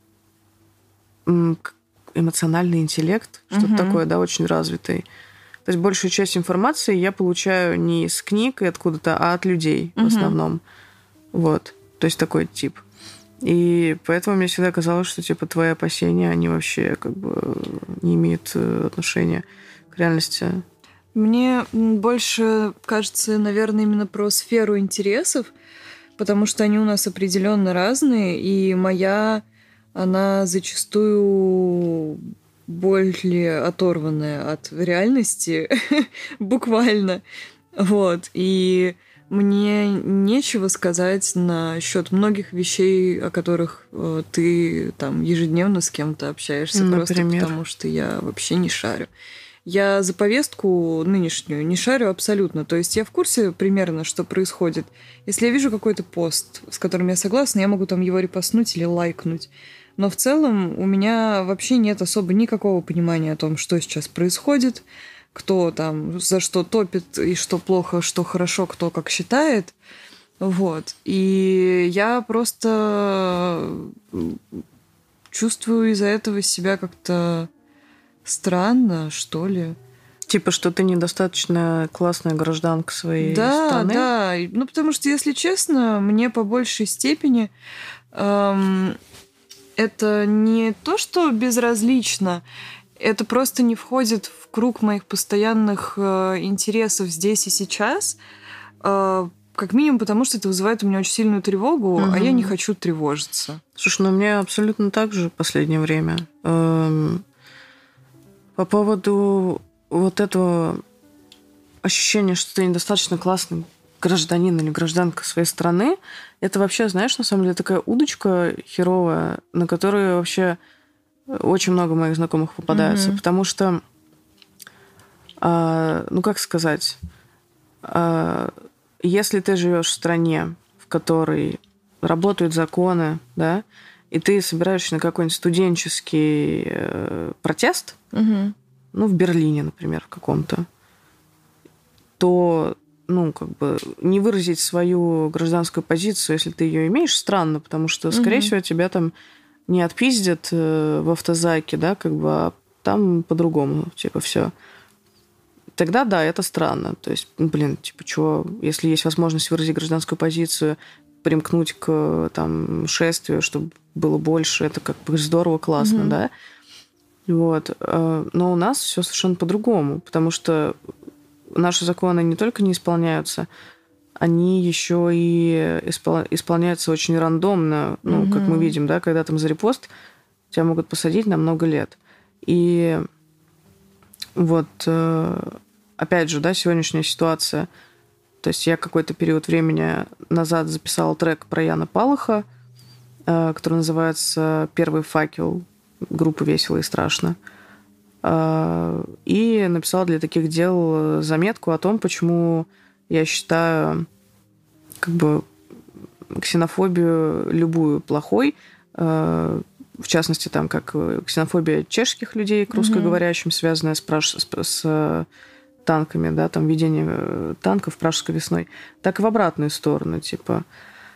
эмоциональный интеллект, что-то угу. такое, да, очень развитый. То есть большую часть информации я получаю не из книг и откуда-то, а от людей угу. в основном. Вот. То есть такой тип. И поэтому мне всегда казалось, что типа твои опасения, они вообще как бы не имеют отношения к реальности. Мне больше кажется, наверное, именно про сферу интересов, потому что они у нас определенно разные, и моя, она зачастую более оторванная от реальности, буквально. Вот. И мне нечего сказать насчет многих вещей, о которых э, ты там ежедневно с кем-то общаешься, Например? Просто потому что я вообще не шарю. Я за повестку нынешнюю не шарю абсолютно. То есть я в курсе примерно, что происходит. Если я вижу какой-то пост, с которым я согласна, я могу там его репостнуть или лайкнуть. Но в целом у меня вообще нет особо никакого понимания о том, что сейчас происходит, кто там за что топит и что плохо, что хорошо, кто как считает. Вот. И я просто чувствую из-за этого себя как-то странно, что ли. Типа, что ты недостаточно классная гражданка своей да, страны? Да, да. Ну, потому что, если честно, мне по большей степени эм, это не то, что безразлично, это просто не входит в круг моих постоянных э, интересов здесь и сейчас, э, как минимум потому, что это вызывает у меня очень сильную тревогу, угу. а я не хочу тревожиться. Слушай, ну у меня абсолютно так же в последнее время. Эм... По поводу вот этого ощущения, что ты недостаточно классный гражданин или гражданка своей страны, это вообще, знаешь, на самом деле такая удочка херовая, на которую вообще очень много моих знакомых попадаются. Mm-hmm. Потому что, а, ну как сказать, а, если ты живешь в стране, в которой работают законы, да, и ты собираешься на какой-нибудь студенческий э, протест, угу. ну, в Берлине, например, в каком-то, то, ну, как бы не выразить свою гражданскую позицию, если ты ее имеешь, странно, потому что, скорее угу. всего, тебя там не отпиздят э, в автозаке, да, как бы, а там по-другому, типа, все. Тогда, да, это странно. То есть, блин, типа, чего, если есть возможность выразить гражданскую позицию, примкнуть к там, шествию, чтобы было больше, это как бы здорово, классно, mm-hmm. да? Вот. Но у нас все совершенно по-другому, потому что наши законы не только не исполняются, они еще и испол... исполняются очень рандомно, ну, mm-hmm. как мы видим, да, когда там за репост тебя могут посадить на много лет. И вот, опять же, да, сегодняшняя ситуация. То есть я какой-то период времени назад записала трек про Яна Палаха, который называется «Первый факел» группы «Весело и страшно». И написала для таких дел заметку о том, почему я считаю как бы ксенофобию любую плохой, э, в частности, там, как ксенофобия чешских людей к русскоговорящим, mm-hmm. связанная с, праж... с, с танками, да, там, ведение танков Пражской весной, так и в обратную сторону, типа.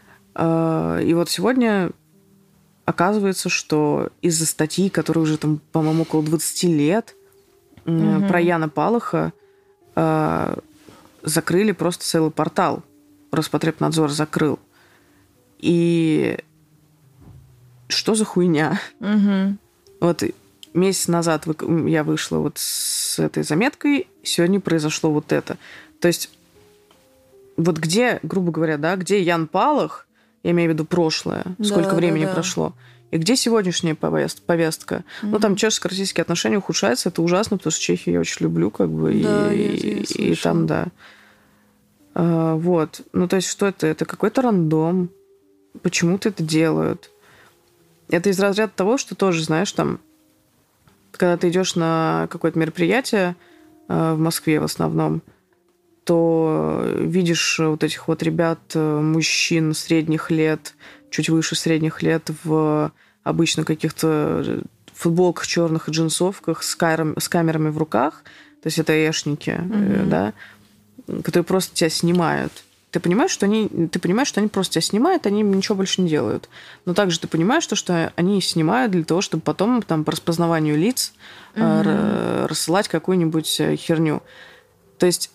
Э, и вот сегодня оказывается, что из-за статьи, которая уже, там, по-моему, около двадцать лет, mm-hmm. про Яна Палаха, э, закрыли просто целый портал. Роспотребнадзор закрыл. И что за хуйня? Угу. Вот месяц назад я вышла вот с этой заметкой, сегодня произошло вот это. То есть вот где, грубо говоря, да, где Ян Палах, я имею в виду прошлое, да, сколько времени да, да. прошло, и где сегодняшняя повестка? Угу. Ну, там чешско-российские отношения ухудшаются, это ужасно, потому что Чехию я очень люблю, как бы, да, и, я, я и, и там, да. А, вот. Ну, то есть что это? Это какой-то рандом. Почему-то это делают. Это из разряда того, что тоже, знаешь, там, когда ты идешь на какое-то мероприятие э, в Москве в основном, то видишь вот этих вот ребят, мужчин средних лет, чуть выше средних лет, в обычно каких-то футболках черных и джинсовках с, камерами, с камерами в руках. То есть это эшники, mm-hmm. э, да, которые просто тебя снимают. Ты понимаешь, что они, ты понимаешь, что они просто тебя снимают, они ничего больше не делают. Но также ты понимаешь, что, что они снимают для того, чтобы потом там, по распознаванию лиц mm-hmm. рассылать какую-нибудь херню. То есть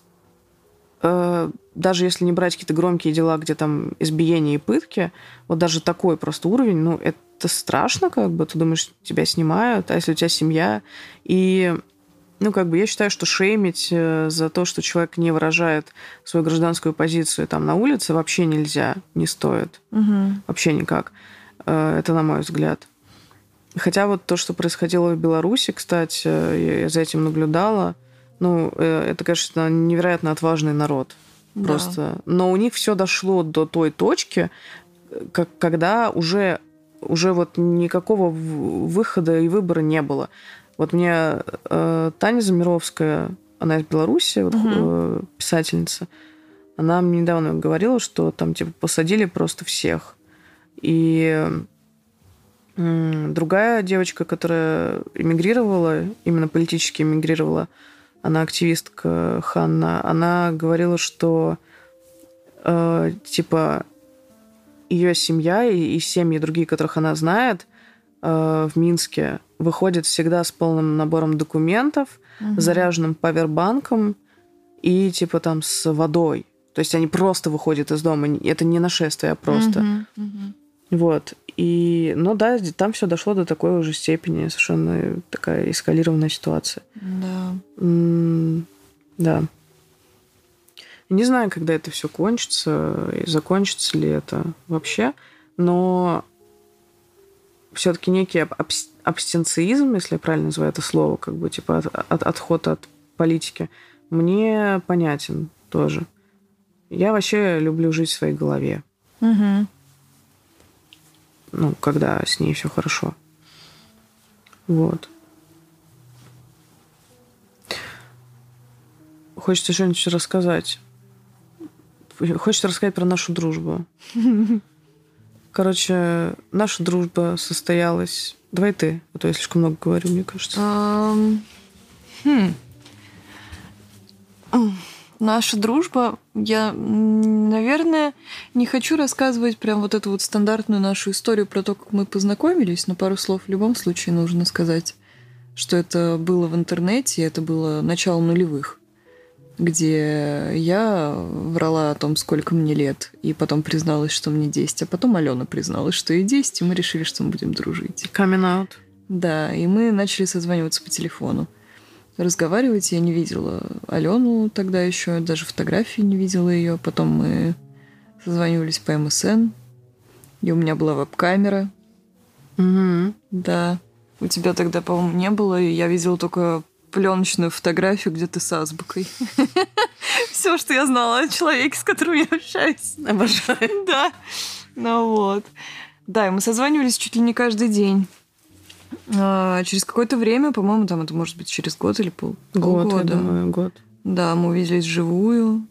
э, даже если не брать какие-то громкие дела, где там избиения и пытки, вот даже такой просто уровень, ну, это страшно, как бы. Ты думаешь, тебя снимают, а если у тебя семья? И... Ну, как бы я считаю, что шеймить за то, что человек не выражает свою гражданскую позицию там на улице, вообще нельзя, не стоит. Угу. Вообще никак. Это на мой взгляд. Хотя вот то, что происходило в Беларуси, кстати, я за этим наблюдала. Ну, это, конечно, невероятно отважный народ. Да. Просто. Но у них все дошло до той точки, как, когда уже, уже вот никакого выхода и выбора не было. Вот мне э, Таня Замировская, она из Беларуси, вот, угу. э, писательница, она мне недавно говорила, что там типа посадили просто всех. И э, другая девочка, которая эмигрировала, именно политически эмигрировала, она активистка Ханна, она говорила, что э, типа ее семья и, и семьи другие, которых она знает, э, в Минске, выходит всегда с полным набором документов, угу. заряженным павербанком и типа там с водой. То есть они просто выходят из дома. Это не нашествие, а просто. Угу, угу. Вот. И, ну да, там все дошло до такой уже степени. Совершенно такая эскалированная ситуация. Да. М- да. Не знаю, когда это все кончится, и закончится ли это вообще, но все-таки некий абс- абстинциизм, если я правильно называю это слово, как бы типа от, от, отход от политики, мне понятен тоже. Я вообще люблю жить в своей голове. Угу. Ну, когда с ней все хорошо. Вот. Хочется что-нибудь рассказать. Хочется рассказать про нашу дружбу. Короче, наша дружба состоялась... Давай ты, а то я слишком много говорю, мне кажется. Um, хм. Наша дружба... Я, наверное, не хочу рассказывать прям вот эту вот стандартную нашу историю про то, как мы познакомились, но пару слов в любом случае нужно сказать, что это было в интернете, это было начало нулевых, где я врала о том, сколько мне лет, и потом призналась, что мне десять, а потом Алена призналась, что ей десять, и мы решили, что мы будем дружить. Coming out. Да, и мы начали созваниваться по телефону. Разговаривать я не видела Алену тогда еще, даже фотографии не видела ее. Потом мы созванивались по эм эс эн, и у меня была веб-камера. Угу. Да. У тебя тогда, по-моему, не было, и я видела только пленочную фотографию, где ты с азбукой. Все, что я знала о человеке, с которым я общаюсь. Обожаю. Да. Ну вот. Да, и мы созванивались чуть ли не каждый день. А через какое-то время, по-моему, там это может быть через год или пол, год, полгода. я думаю, год. Да, мы увиделись вживую.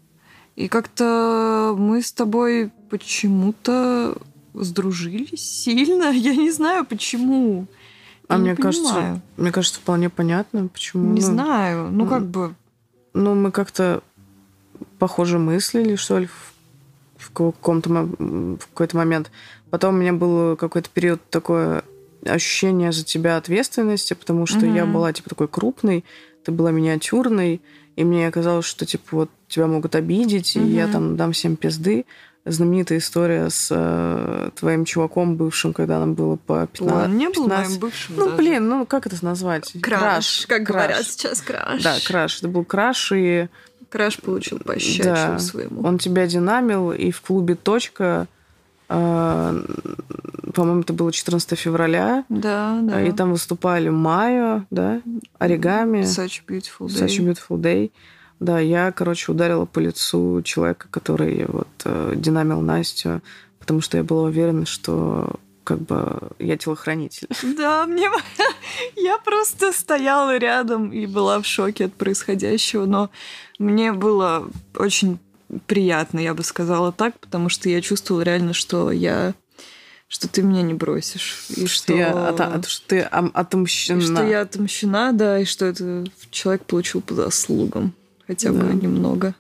И как-то мы с тобой почему-то сдружились сильно. Я не знаю, почему. А Я мне не кажется, понимаю. мне кажется, вполне понятно, почему. Не ну, знаю. Ну, как бы... Ну, мы как-то похоже мыслили, что ли, в, в каком-то мо- в какой-то момент. Потом у меня был какой-то период такое ощущение за тебя ответственности, потому что Мгм. я была, типа, такой крупной, ты была миниатюрной, и мне казалось, что, типа, вот тебя могут обидеть, и я Мгм. там дам всем пизды. Знаменитая история с э, твоим чуваком бывшим, когда нам было по Он пятнадцать. не был моим пятнадцать. бывшим Ну, даже. блин, ну как это назвать? Краш, как краш. говорят сейчас, краш. Да, краш. Это был краш, и Краш получил пощечину да, своему. он тебя динамил, и в клубе «Точка», э, по-моему, это было четырнадцатого февраля, Да, да. и там выступали Майо, да, Оригами, Such a beautiful day. Such a Beautiful Day. Да, я, короче, ударила по лицу человека, который вот э, динамил Настю, потому что я была уверена, что как бы я телохранитель. Да, мне... Я просто стояла рядом и была в шоке от происходящего, но мне было очень приятно, я бы сказала так, потому что я чувствовала реально, что я... что ты меня не бросишь. И Что, что... я ота- что ты ам- отомщена. И что я отомщена, да, и что это человек получил по заслугам. Хотя бы Да. немного.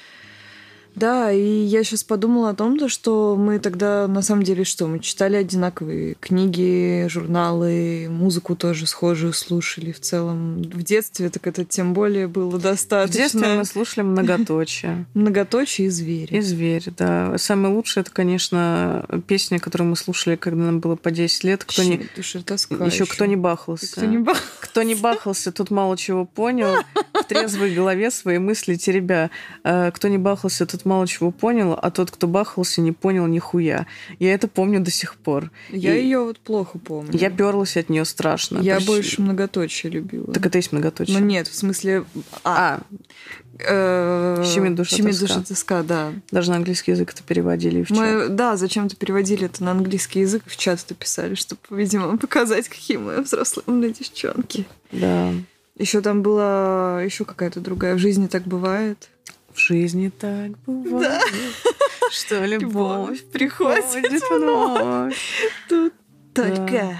Да, и я сейчас подумала о том, то, что мы тогда, на самом деле, что мы читали одинаковые книги, журналы, музыку тоже схожую слушали в целом. В детстве так это тем более было В достаточно. детстве мы слушали «Многоточие». Многоточие и звери. И «Зверь», да. Самое лучшее, это, конечно, песня, которую мы слушали, когда нам было по десять лет. Кто не... Душа, тоска Еще кто не бахался. Кто не бах... Кто не бахался, тут мало чего понял. В трезвой голове свои мысли теребя. Э, Кто не бахался, тот мало чего понял, а тот, кто бахался, не понял нихуя. Я это помню до сих пор. Я И ее вот плохо помню. Я перлась от нее страшно. Я Почти- больше многоточие любила. Так это есть многоточие. Ну нет, в смысле... А, А, э, «Щемит душа «Щемит тоска». душа тоска», да. даже на английский язык это переводили и в чат. Мы, да, зачем-то переводили это на английский язык, в чат это писали, чтобы, видимо, показать, какие мы взрослые умные девчонки. Да. Еще там была еще какая-то другая. В жизни так бывает. В жизни так бывает, что любовь приходит приходит вновь. Тут Да. только.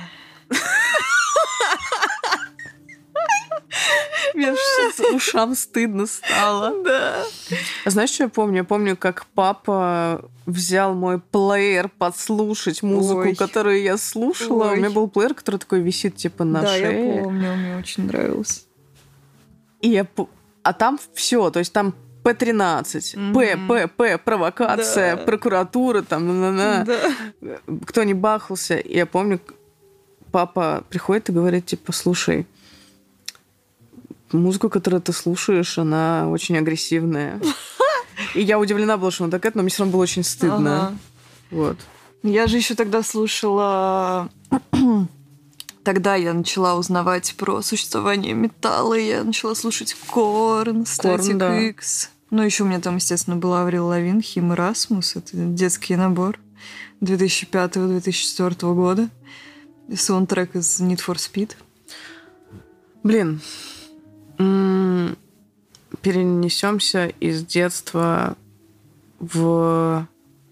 Мне аж ушам стыдно стало. Да. А знаешь, что я помню? Я помню, как папа взял мой плеер послушать музыку, Ой. которую я слушала. Ой. У меня был плеер, который такой висит типа на Да, шее. я помню, мне очень нравилось. И я... по- А там все, то есть там П тринадцать, П, Мгм. П, П, провокация, Да. прокуратура, там, на-на-на. Да. Кто не бахался. И я помню, папа приходит и говорит, типа, слушай, музыку, которую ты слушаешь, она очень агрессивная. И я удивлена была, что она такая, но мне все равно было очень стыдно. Ага. Вот. Я же еще тогда слушала... Тогда я начала узнавать про существование металла, и я начала слушать Корн, Static да. X. Ну, еще у меня там, естественно, была Аврил Лавин, Хим и Расмус. Это детский набор две тысячи пятого - две тысячи четвёртого года. И саундтрек из Need for Speed. Блин. М, Перенесемся из детства в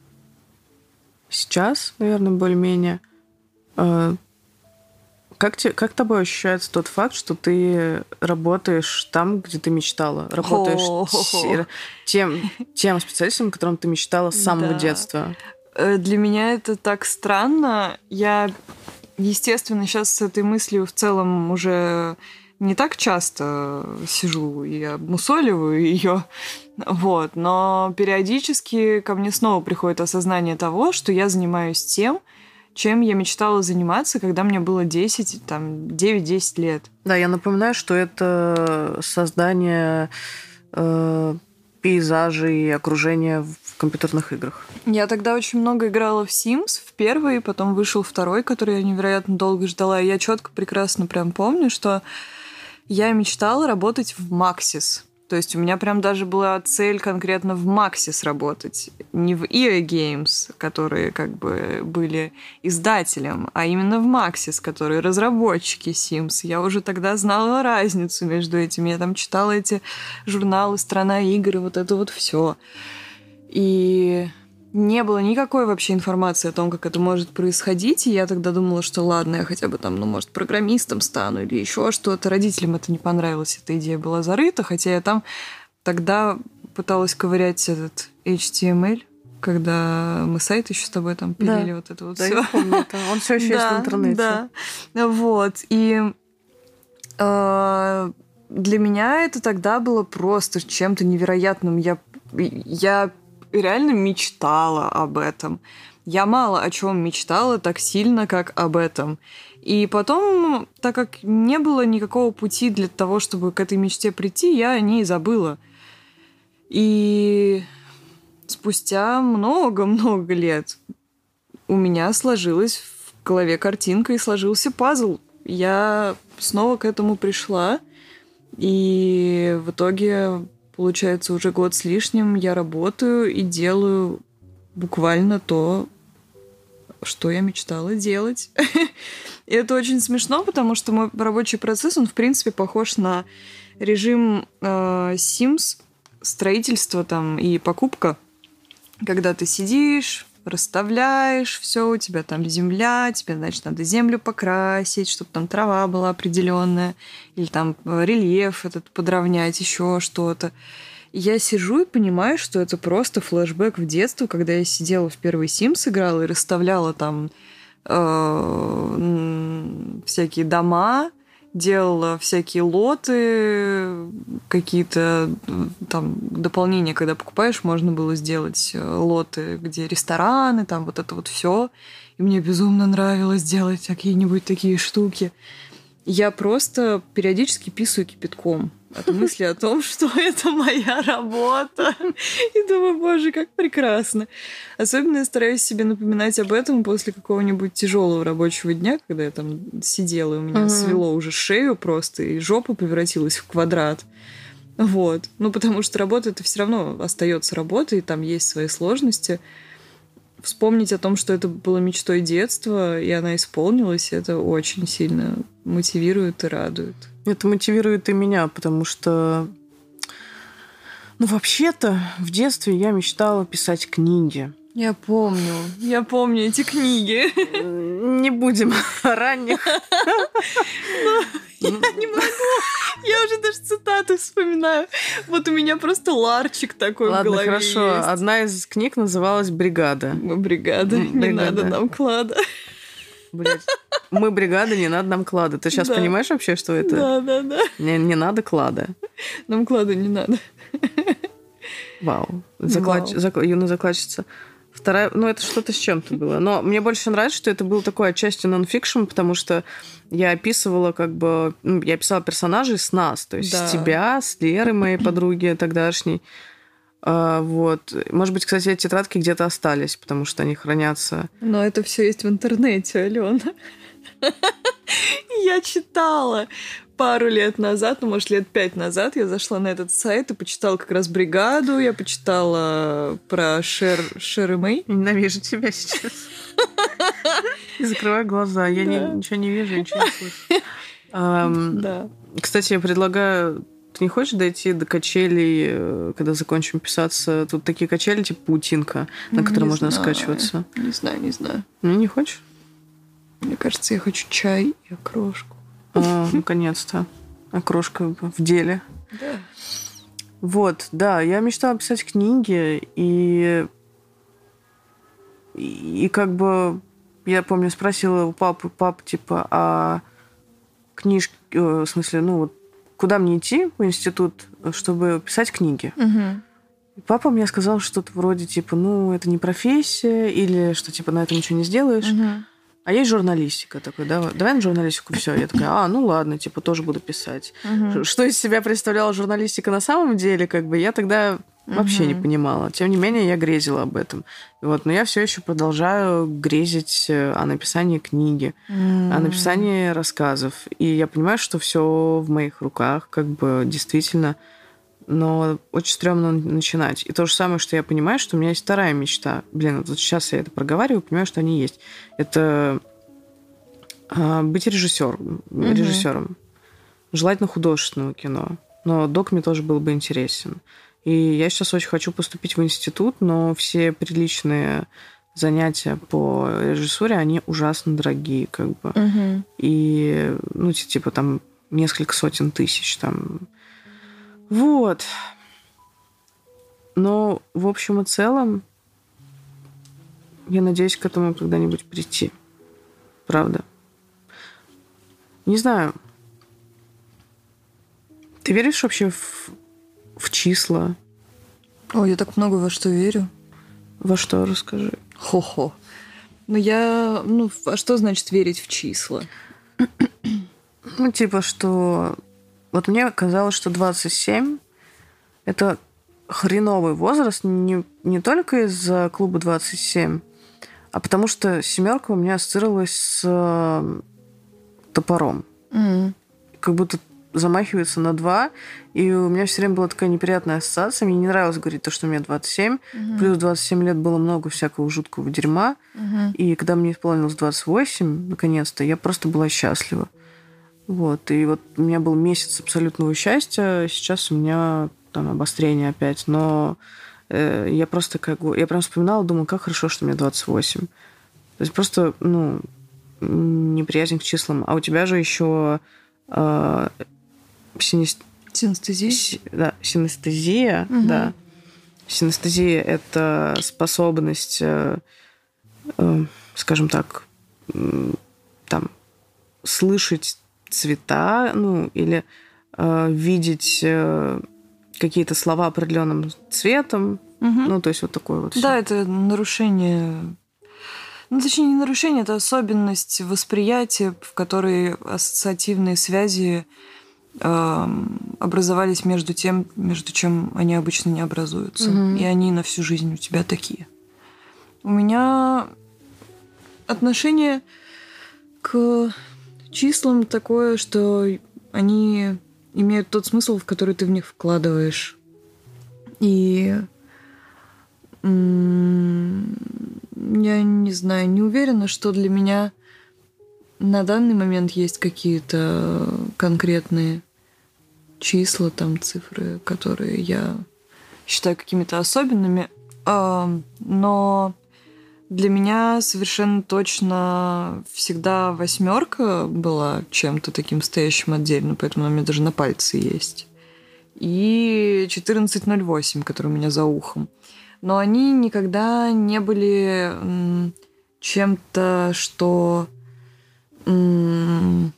сейчас, наверное, более-менее. Э, Как, те, как тобой ощущается тот факт, что ты работаешь там, где ты мечтала? Работаешь Хо-хо-хо. те- тем, тем специалистом, которым ты мечтала с самого Да. детства? Э, Для меня это так странно. Я, естественно, сейчас с этой мыслью в целом уже не так часто сижу и обмусоливаю ее. Вот. Но периодически ко мне снова приходит осознание того, что я занимаюсь тем, чем я мечтала заниматься, когда мне было десять, там, девять-десять лет. Да, я напоминаю, что это создание э, пейзажей и окружения в компьютерных играх. Я тогда очень много играла в Sims, в первый, потом вышел второй, который я невероятно долго ждала. И я четко, прекрасно прям помню, что я мечтала работать в Maxis. То есть у меня прям даже была цель конкретно в Maxis работать. Не в и эй Games, которые как бы были издателем, а именно в Maxis, которые разработчики Sims. Я уже тогда знала разницу между этими. Я там читала эти журналы «Страна игр» и вот это вот все. И не было никакой вообще информации о том, как это может происходить. И я тогда думала, что ладно, я хотя бы там, ну, может, программистом стану или еще что-то. Родителям это не понравилось, эта идея была зарыта, хотя я там тогда пыталась ковырять этот эйч ти эм эль, когда мы сайт еще с тобой там пилили, да, вот это вот да, все. Я помню это. Он все еще есть в интернете. Да, вот. И э, для меня это тогда было просто чем-то невероятным. Я, я реально мечтала об этом. Я мало о чем мечтала так сильно, как об этом. И потом, так как не было никакого пути для того, чтобы к этой мечте прийти, я о ней забыла. И спустя много-много лет у меня сложилась в голове картинка и сложился пазл. Я снова к этому пришла. И в итоге, получается, уже год с лишним я работаю и делаю буквально то, что я мечтала делать. И это очень смешно, потому что мой рабочий процесс, он, в принципе, похож на режим э, Sims, строительство там и покупка, когда ты сидишь, расставляешь все, у тебя там земля, тебе, значит, надо землю покрасить, чтобы там трава была определенная, или там рельеф этот подровнять, еще что-то. И я сижу и понимаю, что это просто флешбэк в детство, когда я сидела в первый Sims, играла и расставляла там э, всякие дома, делала всякие лоты, какие-то там дополнения, когда покупаешь, можно было сделать лоты, где рестораны, там вот это вот все. И мне безумно нравилось делать какие-нибудь такие штуки. Я просто периодически писаю кипятком от мысли о том, что это моя работа. И думаю, боже, как прекрасно. Особенно я стараюсь себе напоминать об этом после какого-нибудь тяжелого рабочего дня, когда я там сидела, и у меня uh-huh. свело уже шею просто, и жопа превратилась в квадрат. Вот. Ну, потому что работа это все равно остается работой, и там есть свои сложности. Вспомнить о том, что это было мечтой детства, и она исполнилась, это очень сильно мотивирует и радует. Это мотивирует и меня, потому что, ну, вообще-то, в детстве я мечтала писать книги. Я помню, я помню эти книги. Не будем о ранних. Я не могу. Я уже даже цитаты вспоминаю. Вот у меня просто ларчик такой в голове есть. Ладно, хорошо. Одна из книг называлась «Бригада». Бригада. Не надо нам клада. Блять. Мы бригада, не надо нам клада. Ты сейчас да. понимаешь вообще, что это? Да, да, да. Не, не надо клада. Нам клада не надо. Вау. Заклад... Вау. Зак... Юная закладчица. Вторая... Ну, это что-то с чем-то было. Но мне больше нравится, что это был такой отчасти нон-фикшн, потому что я описывала как бы... Ну, я писала персонажей с нас. То есть да. с тебя, с Лерой, моей подруги тогдашней. А, вот. Может быть, кстати, эти тетрадки где-то остались, потому что они хранятся. Но это все есть в интернете, Алена. Я читала пару лет назад, ну, может, лет пять назад, я зашла на этот сайт и почитала как раз «Бригаду», я почитала про Шер, Шер и Мэй. Ненавижу тебя сейчас. И закрываю глаза. Я ничего не вижу, ничего не слышу. Да. Кстати, я предлагаю... Ты не хочешь дойти до качелей, когда закончим писаться? Тут такие качели, типа паутинка, на которые не можно знаю. скачиваться. Не знаю, не знаю. Ну, не хочешь? Мне кажется, я хочу чай и окрошку. А, наконец-то. Окрошка в деле. Да. Вот, да, я мечтала писать книги, и... и, и как бы... Я помню, спросила у папы, пап, типа, а книжки... В смысле, ну, вот куда мне идти в институт, чтобы писать книги? Угу. И папа мне сказал что-то вроде, типа, ну, это не профессия, или что, типа, на этом ничего не сделаешь. Угу. А есть журналистика. Такой, давай, давай на журналистику, все. Я такая, а, ну ладно, типа, тоже буду писать. Угу. Что из себя представляла журналистика на самом деле, как бы, я тогда вообще угу. не понимала. Тем не менее, я грезила об этом. Вот, но я все еще продолжаю грезить о написании книги, mm. о написании рассказов. И я понимаю, что все в моих руках, как бы действительно, но очень стрёмно начинать. И то же самое, что я понимаю, что у меня есть вторая мечта. Блин, вот сейчас я это проговариваю, понимаю, что они есть. Это а, быть режиссером. Mm-hmm. режиссером. Желательно художественного кино. Но док мне тоже был бы интересен. И я сейчас очень хочу поступить в институт, но все приличные занятия по режиссуре, они ужасно дорогие, как бы. Угу. И, ну, типа, там несколько сотен тысяч там. Вот. Но, в общем и целом, я надеюсь к этому когда-нибудь прийти. Правда. Не знаю. Ты веришь вообще в, в числа? Ой, я так много во что верю. Во что? Расскажи. Хо-хо. Ну, я... Ну, а что значит верить в числа? Ну, типа, что... Вот мне казалось, что двадцать семь – это хреновый возраст не, не только из-за клуба двадцать семь, а потому что семерка у меня ассоциировалась с э, топором. Mm. Как будто замахивается на два, и у меня все время была такая неприятная ассоциация. Мне не нравилось говорить то, что мне двадцать семь. Mm-hmm. Плюс двадцать семь лет было много всякого жуткого дерьма. Mm-hmm. И когда мне исполнилось двадцать восемь, наконец-то, я просто была счастлива. Вот. И вот у меня был месяц абсолютного счастья. Сейчас у меня там обострение опять. Но э, я просто как бы... Я прям вспоминала, думала, как хорошо, что мне двадцать восемь. То есть просто, ну, неприязнь к числам. А у тебя же еще... Э, синест... Синестезия? Си... Да, синестезия, угу. да. Синестезия – это способность, э, э, скажем так, э, там, слышать цвета, ну, или э, видеть э, какие-то слова определенным цветом. Угу. Ну, то есть вот такое вот. Да, всё. это нарушение... Ну, точнее, не нарушение, это особенность восприятия, в которой ассоциативные связи э, образовались между тем, между чем они обычно не образуются. Угу. И они на всю жизнь у тебя такие. У меня отношение к числам такое, что они имеют тот смысл, в который ты в них вкладываешь. И м- я не знаю, не уверена, что для меня на данный момент есть какие-то конкретные числа, там, цифры, которые я считаю какими-то особенными. Но для меня совершенно точно всегда восьмерка была чем-то таким стоящим отдельно, поэтому она у меня даже на пальце есть. И четырнадцать ноль восемь, который у меня за ухом. Но они никогда не были м, чем-то, что... М,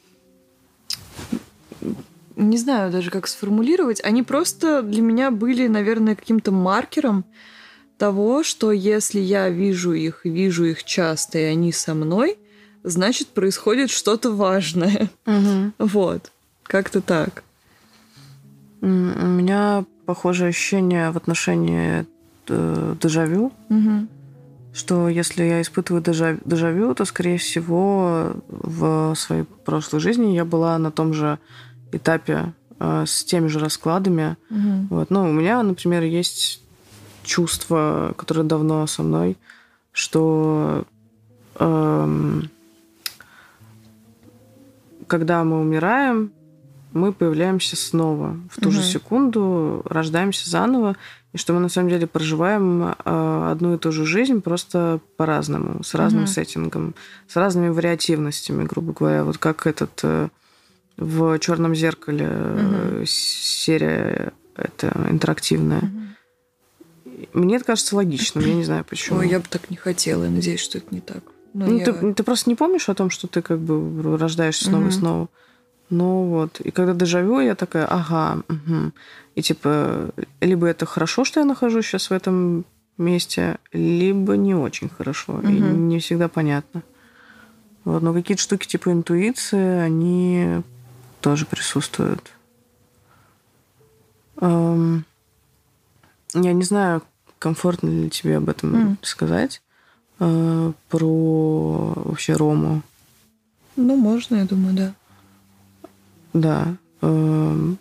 не знаю даже, как сформулировать. Они просто для меня были, наверное, каким-то маркером того, что если я вижу их, и вижу их часто, и они со мной, значит, происходит что-то важное. Угу. Вот. Как-то так. У меня похожее ощущение в отношении э, дежавю, Угу. что если я испытываю дежавю, дежавю, то, скорее всего, в своей прошлой жизни я была на том же этапе э, с теми же раскладами. Угу. Вот. Ну, у меня, например, есть чувство, которое давно со мной, что эм, когда мы умираем, мы появляемся снова. В ту Угу. же секунду рождаемся заново, и что мы на самом деле проживаем э, одну и ту же жизнь просто по-разному, с разным Угу. сеттингом, с разными вариативностями, грубо говоря. Вот как этот э, в «Черном зеркале» Угу. серия это интерактивная. Угу. Мне это кажется логичным, я не знаю почему. Ой, я бы так не хотела, я надеюсь, что это не так. Но ну, я... ты, ты просто не помнишь о том, что ты как бы рождаешься снова Угу. и снова. Ну вот. И когда дежавю, я такая, ага, угу. И типа, либо это хорошо, что я нахожусь сейчас в этом месте, либо не очень хорошо. Угу. И не всегда понятно. Вот. Но какие-то штуки типа интуиции, они тоже присутствуют. Эм... Я не знаю, комфортно ли тебе об этом mm. сказать, э, про вообще Рому. Ну, можно, я думаю, да. Да. Э,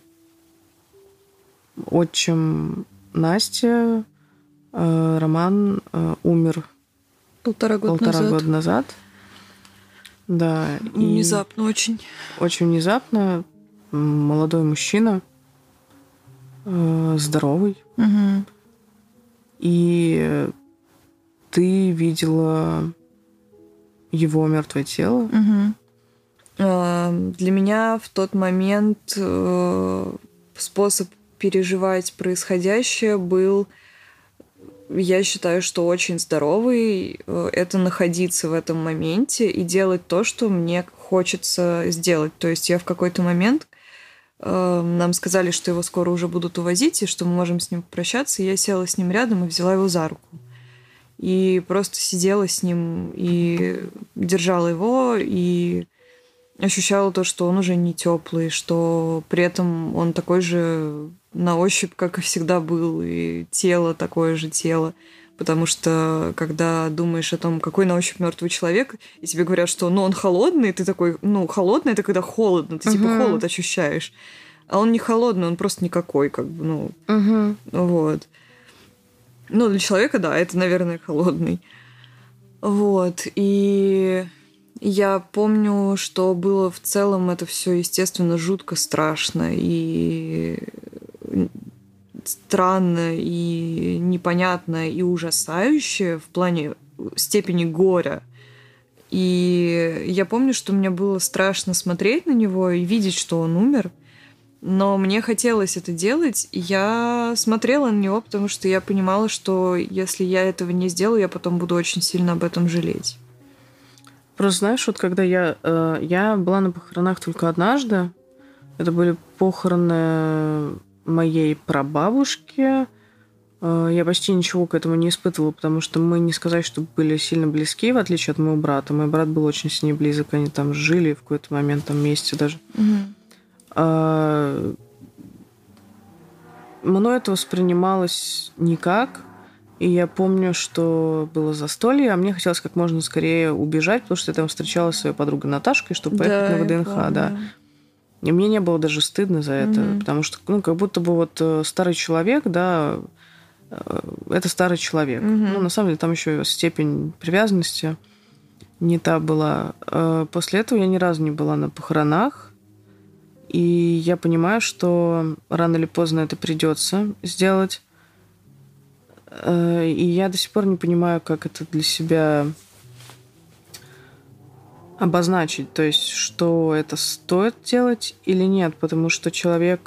отчим Насти, э, Роман, э, умер полтора года полтора назад. года назад. Да. Внезапно очень. Очень внезапно. Молодой мужчина, э, здоровый. Угу. И ты видела его мертвое тело? Угу. Для меня в тот момент э, способ переживать происходящее был, я считаю, что очень здоровый. Это находиться в этом моменте и делать то, что мне хочется сделать. То есть я в какой-то момент, э, нам сказали, что его скоро уже будут увозить, и что мы можем с ним попрощаться. И я села с ним рядом и взяла его за руку. И просто сидела с ним и держала его, и ощущала то, что он уже не теплый, что при этом он такой же на ощупь, как и всегда был, и тело такое же тело. Потому что, когда думаешь о том, какой на ощупь мертвый человек, и тебе говорят, что ну, он холодный, ты такой, ну, холодный — это когда холодно, ты типа uh-huh. холод ощущаешь. А он не холодный, он просто никакой, как бы, ну, uh-huh. вот. Ну, для человека, да, это, наверное, холодный. Вот, и... Я помню, что было в целом это все, естественно, жутко страшно и странно, и непонятно, и ужасающе в плане степени горя. И я помню, что мне было страшно смотреть на него и видеть, что он умер. Но мне хотелось это делать, и я смотрела на него, потому что я понимала, что если я этого не сделаю, я потом буду очень сильно об этом жалеть. Просто знаешь, вот когда я, э, я была на похоронах только однажды, это были похороны моей прабабушки, э, я почти ничего к этому не испытывала, потому что мы, не сказать, что были сильно близки, в отличие от моего брата. Мой брат был очень с ней близок, они там жили в какой-то момент, там вместе даже. Mm-hmm. А, мной это воспринималось никак. И я помню, что было застолье, а мне хотелось как можно скорее убежать, потому что я там встречалась со своей подругой Наташкой, чтобы поехать да, на ВДНХ, да. И мне не было даже стыдно за это, mm-hmm. потому что, ну, как будто бы вот старый человек, да, это старый человек. Mm-hmm. Ну, на самом деле, там еще степень привязанности не та была. После этого я ни разу не была на похоронах, и я понимаю, что рано или поздно это придется сделать. И я до сих пор не понимаю, как это для себя обозначить. То есть, что это стоит делать или нет. Потому что человек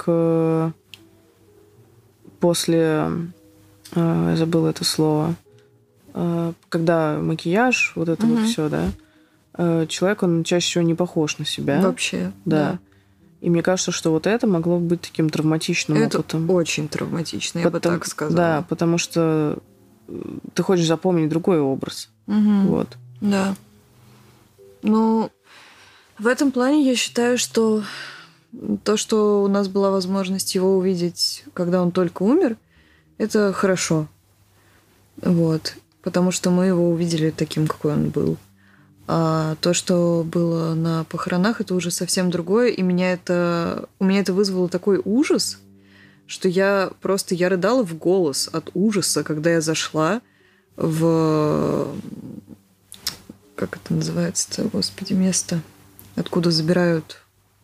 после... Я забыла это слово. Когда макияж, вот это угу. вот все, да, человек, он чаще всего не похож на себя. Вообще, да. да. И мне кажется, что вот это могло быть таким травматичным это опытом. Это очень травматично, я потому, бы так сказала. Да, потому что ты хочешь запомнить другой образ. Угу. Вот. Да. Ну, в этом плане я считаю, что то, что у нас была возможность его увидеть, когда он только умер, это хорошо. Вот. Потому что мы его увидели таким, какой он был. А то, что было на похоронах, это уже совсем другое. И меня это, у меня это вызвало такой ужас, что я просто я рыдала в голос от ужаса, когда я зашла в... Как это называется-то, господи, место, откуда забирают,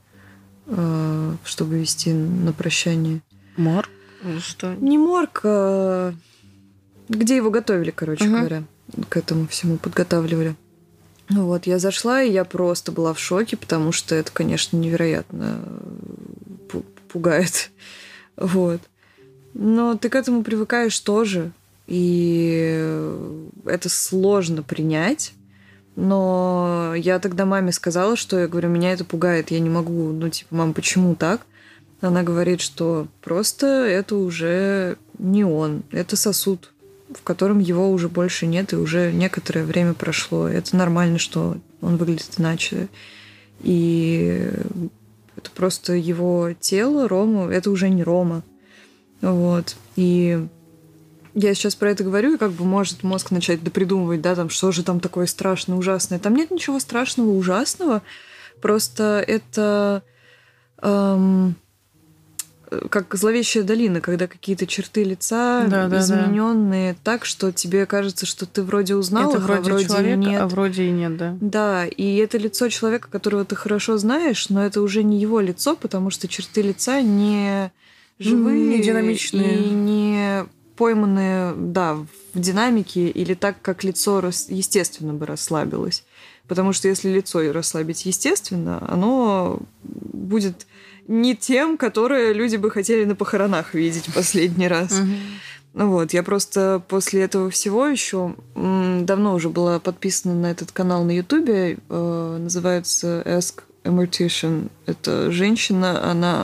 чтобы везти на прощание. Морг? Что? Не морг, а где его готовили, короче угу. говоря. К этому всему подготавливали. Вот, я зашла, и я просто была в шоке, потому что это, конечно, невероятно пугает. Вот. Но ты к этому привыкаешь тоже, и это сложно принять. Но я тогда маме сказала, что я говорю, меня это пугает, я не могу, ну, типа, мам, почему так? Она говорит, что просто это уже не он, это сосуд, в котором его уже больше нет, и уже некоторое время прошло. Это нормально, что он выглядит иначе. И это просто его тело, Рома, это уже не Рома. Вот. И я сейчас про это говорю, и как бы может мозг начать допридумывать, да, там, что же там такое страшное, ужасное. Там нет ничего страшного, ужасного. Просто это... Эм, как зловещая долина, когда какие-то черты лица да, измененные да, да. так, что тебе кажется, что ты вроде узнал это их, вроде а вроде человек, нет. А вроде и нет, да. Да, и это лицо человека, которого ты хорошо знаешь, но это уже не его лицо, потому что черты лица не живые, не динамичные. И не пойманные, да, в динамике или так, как лицо естественно бы расслабилось. Потому что если лицо расслабить естественно, оно будет не тем, которое люди бы хотели на похоронах видеть последний раз. Ну вот, я просто после этого всего еще давно уже была подписана на этот канал на Ютубе, э, называется Ask a Mortician. Это женщина, она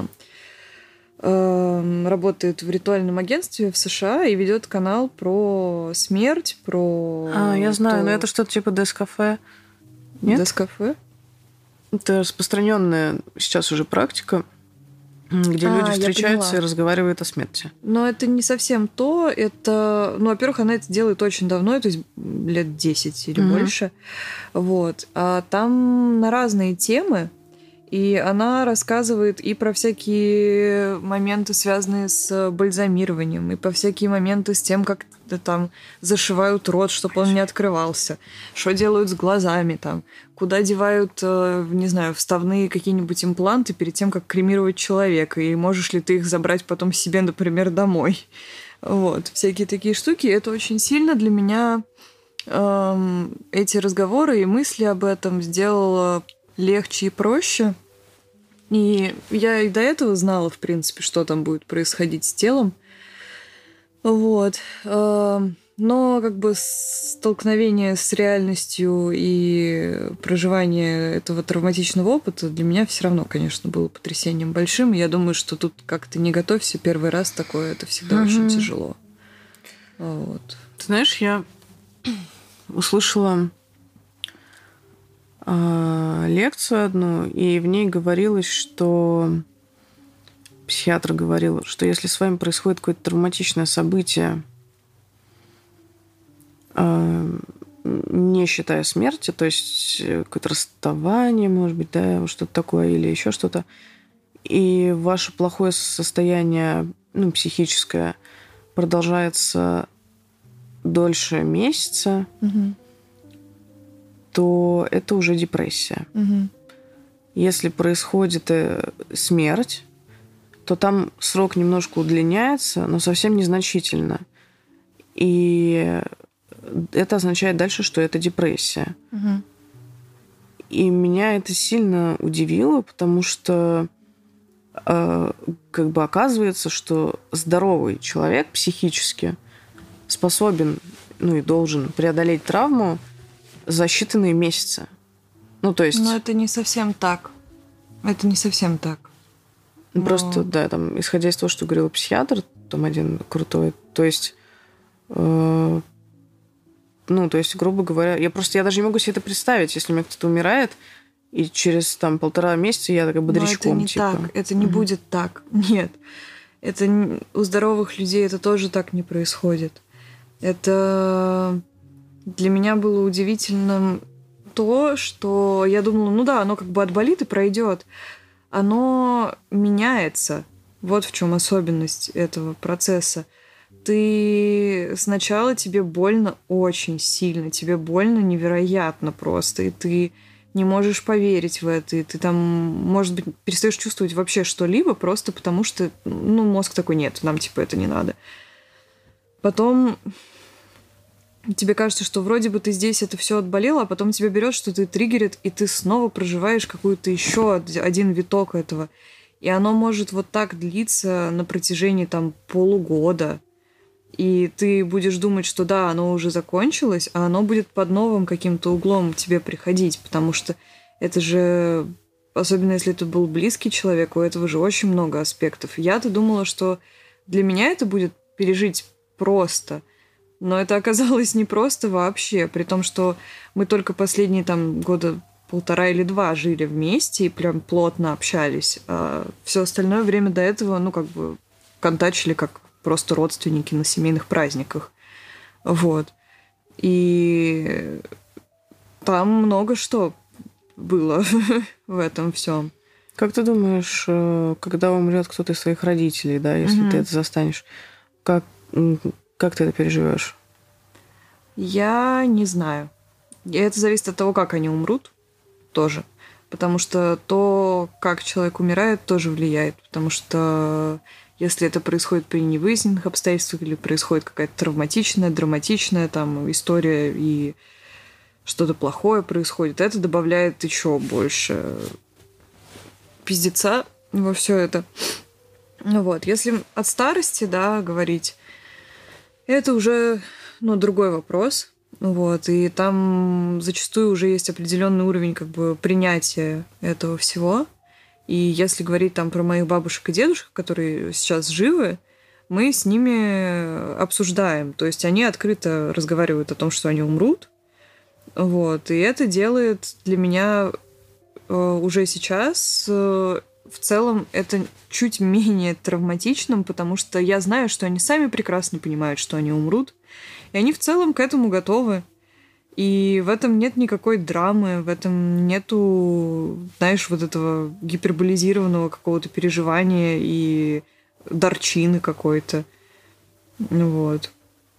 э, работает в ритуальном агентстве в США и ведет канал про смерть, про... А, я знаю, то... но это что-то типа Дескафе. Нет? Дескафе? Это распространенная сейчас уже практика, где а, люди встречаются и разговаривают о смерти. Но это не совсем то. Это, ну, во-первых, она это делает очень давно, то есть лет десять или mm-hmm. больше. Вот. А там на разные темы. И она рассказывает и про всякие моменты, связанные с бальзамированием, и про всякие моменты с тем, как там зашивают рот, чтобы он не открывался, что делают с глазами, там, куда девают, не знаю, вставные какие-нибудь импланты перед тем, как кремировать человека, и можешь ли ты их забрать потом себе, например, домой. Вот, всякие такие штуки. Это очень сильно для меня эм, эти разговоры и мысли об этом сделало легче и проще. И я и до этого знала, в принципе, что там будет происходить с телом. Вот. Но как бы столкновение с реальностью и проживание этого травматичного опыта для меня все равно, конечно, было потрясением большим. Я думаю, что тут как-то не готовься. Первый раз такое, это всегда mm-hmm. очень тяжело. Вот. Ты знаешь, я услышала лекцию одну, и в ней говорилось, что психиатр говорил, что если с вами происходит какое-то травматичное событие, не считая смерти, то есть какое-то расставание, может быть, да, что-то такое, или еще что-то, и ваше плохое состояние, ну, психическое продолжается дольше месяца, угу. то это уже депрессия. Угу. Если происходит смерть, то там срок немножко удлиняется, но совсем незначительно. И это означает дальше, что это депрессия. Угу. И меня это сильно удивило, потому что э, как бы оказывается, что здоровый человек психически способен, ну и должен преодолеть травму за считанные месяцы. Ну, то есть... Но это не совсем так. Это не совсем так. Но... Просто, да, там, исходя из того, что говорил психиатр, там один крутой, то есть... Э, ну, то есть, грубо говоря, я просто, я даже не могу себе это представить, если у меня кто-то умирает, и через, там, полтора месяца я такая бодрячком, Но это не типа. так, это не mm-hmm. будет так. Нет. Это не... У здоровых людей это тоже так не происходит. Это... Для меня было удивительным то, что я думала, ну да, оно как бы отболит и пройдет. Оно меняется. Вот в чем особенность этого процесса. Ты сначала тебе больно очень сильно, тебе больно невероятно просто, и ты не можешь поверить в это, и ты там, может быть, перестаешь чувствовать вообще что-либо просто потому, что, ну, мозг такой, нет, нам типа это не надо. Потом тебе кажется, что вроде бы ты здесь это все отболела, а потом тебя берет, что ты триггерит, и ты снова проживаешь какую-то еще один виток этого. И оно может вот так длиться на протяжении там полугода. И ты будешь думать, что да, оно уже закончилось, а оно будет под новым каким-то углом к тебе приходить, потому что это же, особенно если это был близкий человек, у этого же очень много аспектов. Я-то думала, что для меня это будет пережить просто, но это оказалось непросто вообще, при том, что мы только последние там года полтора или два жили вместе и прям плотно общались, а все остальное время до этого, ну, как бы контачили как просто родственники на семейных праздниках. Вот. И там много что было в этом всем. Как ты думаешь, когда умрет кто-то из своих родителей, да, если mm-hmm. ты это застанешь, как, как ты это переживешь? Я не знаю. И это зависит от того, как они умрут тоже. Потому что то, как человек умирает, тоже влияет. Потому что Если это происходит при невыясненных обстоятельствах или происходит какая-то травматичная, драматичная там история и что-то плохое происходит, это добавляет еще больше пиздеца во все это. Ну вот, если от старости, да, говорить, это уже, ну, другой вопрос. Вот, и там зачастую уже есть определенный уровень как бы принятия этого всего. И если говорить там про моих бабушек и дедушек, которые сейчас живы, мы с ними обсуждаем. То есть они открыто разговаривают о том, что они умрут. Вот, и это делает для меня э, уже сейчас э, в целом это чуть менее травматичным, потому что я знаю, что они сами прекрасно понимают, что они умрут, и они в целом к этому готовы. И в этом нет никакой драмы, в этом нету, знаешь, вот этого гиперболизированного какого-то переживания и дарчины какой-то. Вот.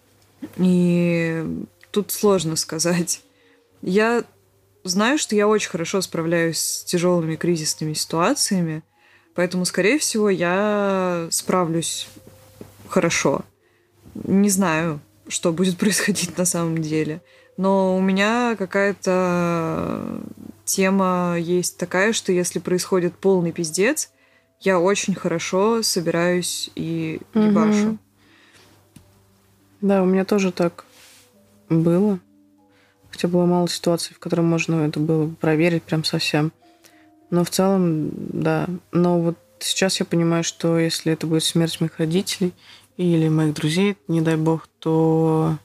И тут сложно сказать. Я знаю, что я очень хорошо справляюсь с тяжелыми кризисными ситуациями, поэтому, скорее всего, я справлюсь хорошо. Не знаю, что будет происходить на самом деле. Но у меня какая-то тема есть такая, что если происходит полный пиздец, я очень хорошо собираюсь и ебашу. Угу. Да, у меня тоже так было. Хотя было мало ситуаций, в которых можно это было проверить прям совсем. Но в целом, да. Но вот сейчас я понимаю, что если это будет смерть моих родителей или моих друзей, не дай бог, то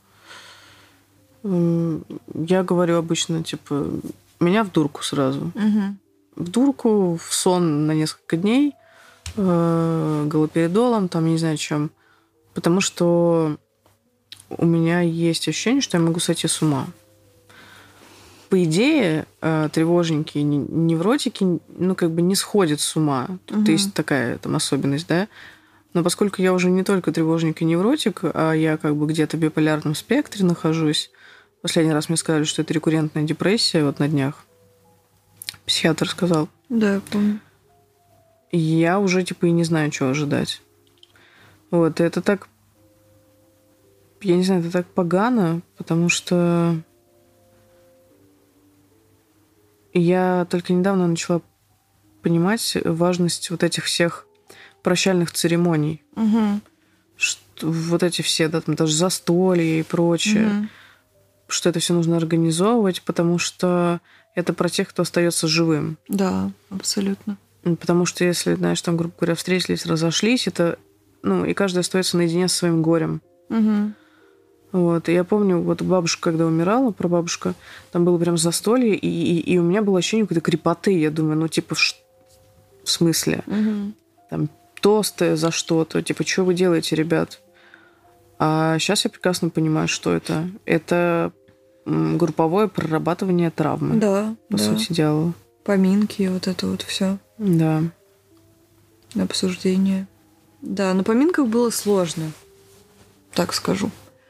я говорю обычно, типа, меня в дурку сразу. Угу. В дурку, в сон на несколько дней, э, галоперидолом, там, не знаю, чем. Потому что у меня есть ощущение, что я могу сойти с ума. По идее, э, тревожники, невротики, ну, как бы не сходят с ума. Тут угу. есть такая там особенность, да? Но поскольку я уже не только тревожник и невротик, а я как бы где-то в биполярном спектре нахожусь, последний раз мне сказали, что это рекуррентная депрессия вот на днях. Психиатр сказал. Да, я помню. Я уже типа и не знаю, чего ожидать. Вот, и это так... Я не знаю, это так погано, потому что я только недавно начала понимать важность вот этих всех прощальных церемоний. Угу. Что, вот эти все, да, там даже застолья и прочее. Угу. Что это все нужно организовывать, потому что это про тех, кто остается живым. Да, абсолютно. Потому что если, знаешь, там, грубо говоря, встретились, разошлись, это, ну, и каждый остается наедине со своим горем. Угу. Вот. И я помню, вот бабушка, когда умирала, прабабушка, там было прям застолье, и, и, и у меня было ощущение какой-то крепоты. Я думаю, ну, типа, в, ш... в смысле? Угу. Там тосты за что-то. Типа, что вы делаете, ребят? А сейчас я прекрасно понимаю, что это. Это групповое прорабатывание травмы. Да, по да. сути дела. Поминки, вот это вот все. Да. Обсуждение. Да, на поминках было сложно, так скажу.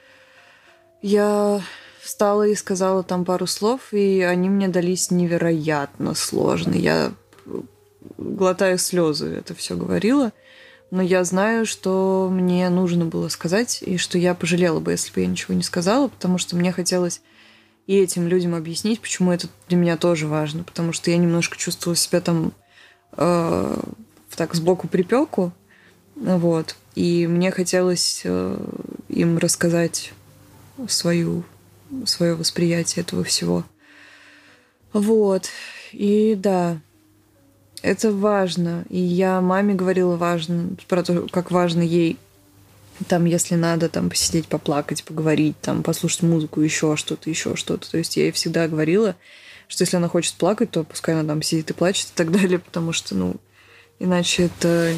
Я встала и сказала там пару слов, и они мне дались невероятно сложно. Я глотаю слезы, это все говорила. Но я знаю, что мне нужно было сказать, и что я пожалела бы, если бы я ничего не сказала, потому что мне хотелось и этим людям объяснить, почему это для меня тоже важно. Потому что я немножко чувствовала себя там э, так сбоку припеку. Вот. И мне хотелось э, им рассказать свою, свое восприятие этого всего. Вот. И да, это важно. И я маме говорила важно, про то, как важно ей там, если надо, там, посидеть, поплакать, поговорить, там, послушать музыку, еще что-то, еще что-то. То есть я ей всегда говорила, что если она хочет плакать, то пускай она там сидит и плачет и так далее, потому что, ну, иначе это...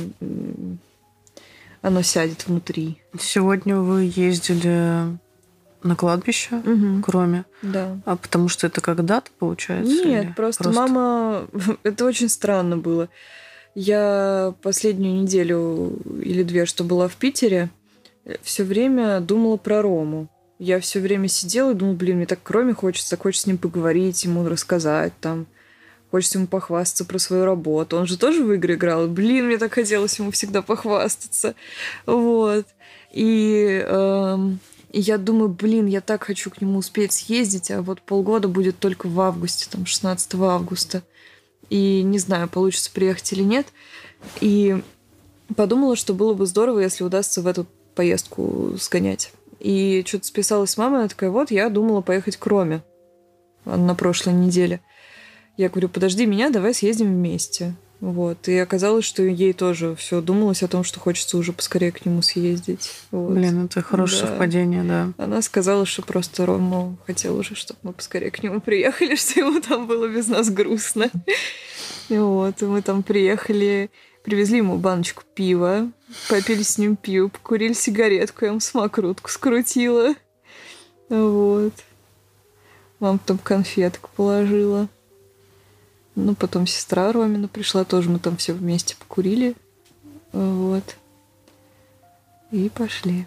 оно сядет внутри. Сегодня вы ездили на кладбище, угу. кроме? Да. А потому что это как дата, получается? Нет, просто, просто мама... Это очень странно было. Я последнюю неделю или две, что была в Питере, все время думала про Рому. Я все время сидела и думала, блин, мне так к Роме хочется, хочется с ним поговорить, ему рассказать там. хочется ему похвастаться про свою работу. Он же тоже в игры играл. Блин, мне так хотелось ему всегда похвастаться. Вот. И, эм, и я думаю, блин, я так хочу к нему успеть съездить, а вот полгода будет только в августе, там, шестнадцатого августа. И не знаю, получится приехать или нет. И подумала, что было бы здорово, если удастся в эту поездку сгонять. И что-то списалась с мамой, она такая, вот, я думала поехать к Роме на прошлой неделе. Я говорю, подожди меня, давай съездим вместе. Вот. И оказалось, что ей тоже все думалось о том, что хочется уже поскорее к нему съездить. Вот. Блин, это хорошее Да. совпадение, да. Она сказала, что просто Рома хотел уже, чтобы мы поскорее к нему приехали, что ему там было без нас грустно. Вот. И мы там приехали, привезли ему баночку пива, попили с ним пиво, покурили сигаретку, я ему самокрутку скрутила. Вот. Мама там конфетку положила. Ну, потом сестра Ромина пришла, тоже мы там все вместе покурили. Вот. И пошли.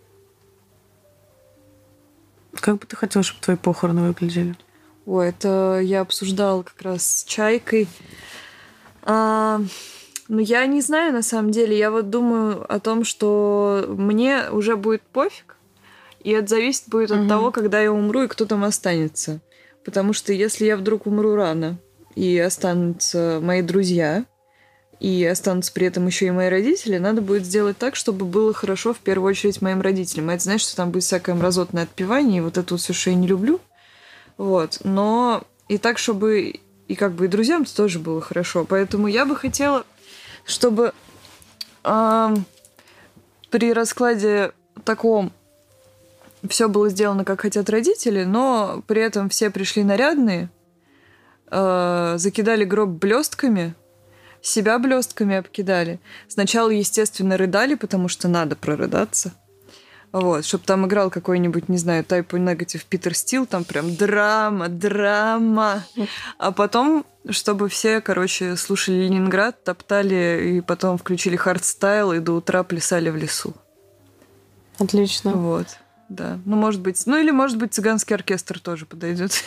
Как бы ты хотела, чтобы твои похороны выглядели? Ой, это я обсуждала как раз с Чайкой. А, ну, я не знаю, на самом деле. Я вот думаю о том, что мне уже будет пофиг. И это зависит будет от Угу. того, когда я умру и кто там останется. Потому что если я вдруг умру рано, и останутся мои друзья, и останутся при этом еще и мои родители, надо будет сделать так, чтобы было хорошо в первую очередь моим родителям. А это значит, что там будет всякое мразотное отпевание, и вот это вот все, что я не люблю. Вот. Но и так, чтобы и как бы и друзьям тоже было хорошо. Поэтому я бы хотела, чтобы э, при раскладе таком все было сделано, как хотят родители, но при этом все пришли нарядные, э, закидали гроб блестками, себя блестками обкидали. Сначала, естественно, рыдали, потому что надо прорыдаться. Вот, чтобы там играл какой-нибудь, не знаю, Type O Negative Питер Стил, там прям драма, драма. А потом, чтобы все, короче, слушали Ленинград, топтали, и потом включили хардстайл, и до утра плясали в лесу. Отлично. Вот, да. Ну, может быть, ну или, может быть, цыганский оркестр тоже подойдет.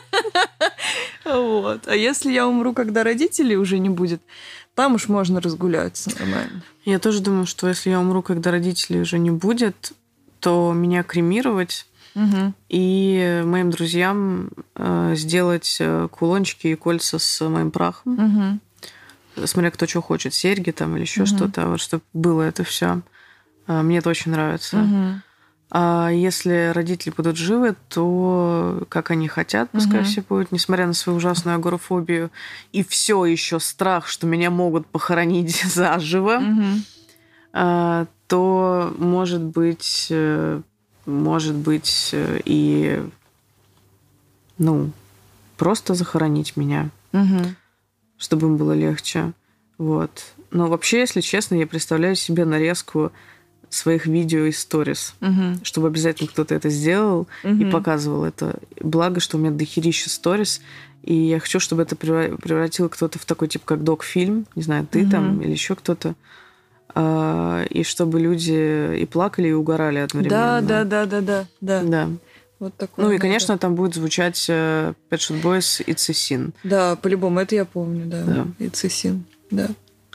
Вот. А если я умру, когда родителей уже не будет, там уж можно разгуляться нормально. Я тоже думаю, что если я умру, когда родителей уже не будет, то меня кремировать Угу. и моим друзьям э, сделать э, кулончики и кольца с моим прахом. Угу. Смотря кто что хочет, серьги там или еще Мгм. что-то, вот чтобы было это все. Мне это очень нравится. Угу. А если родители будут живы, то как они хотят, пускай Мгм. все будут, несмотря на свою ужасную агорафобию и все еще страх, что меня могут похоронить заживо, Угу. а, то может быть, э, может быть э, и ну просто захоронить меня, Угу. чтобы им было легче. Вот. Но вообще, если честно, я представляю себе нарезку своих видео и сторис, Угу. чтобы обязательно кто-то это сделал и Мгм. показывал это. Благо, что у меня дохерища сторис, и я хочу, чтобы это превра- превратил кто-то в такой тип, как док-фильм, не знаю, ты Мгм. там или еще кто-то, А, и чтобы люди и плакали, и угорали Да, одновременно. да, да, да, да, да. Да. Вот такое. Ну и, надо. конечно, там будет звучать э, Pet Shop Boys It's a Sin. Да, по-любому, это я помню, да. Да. It's a sin, да.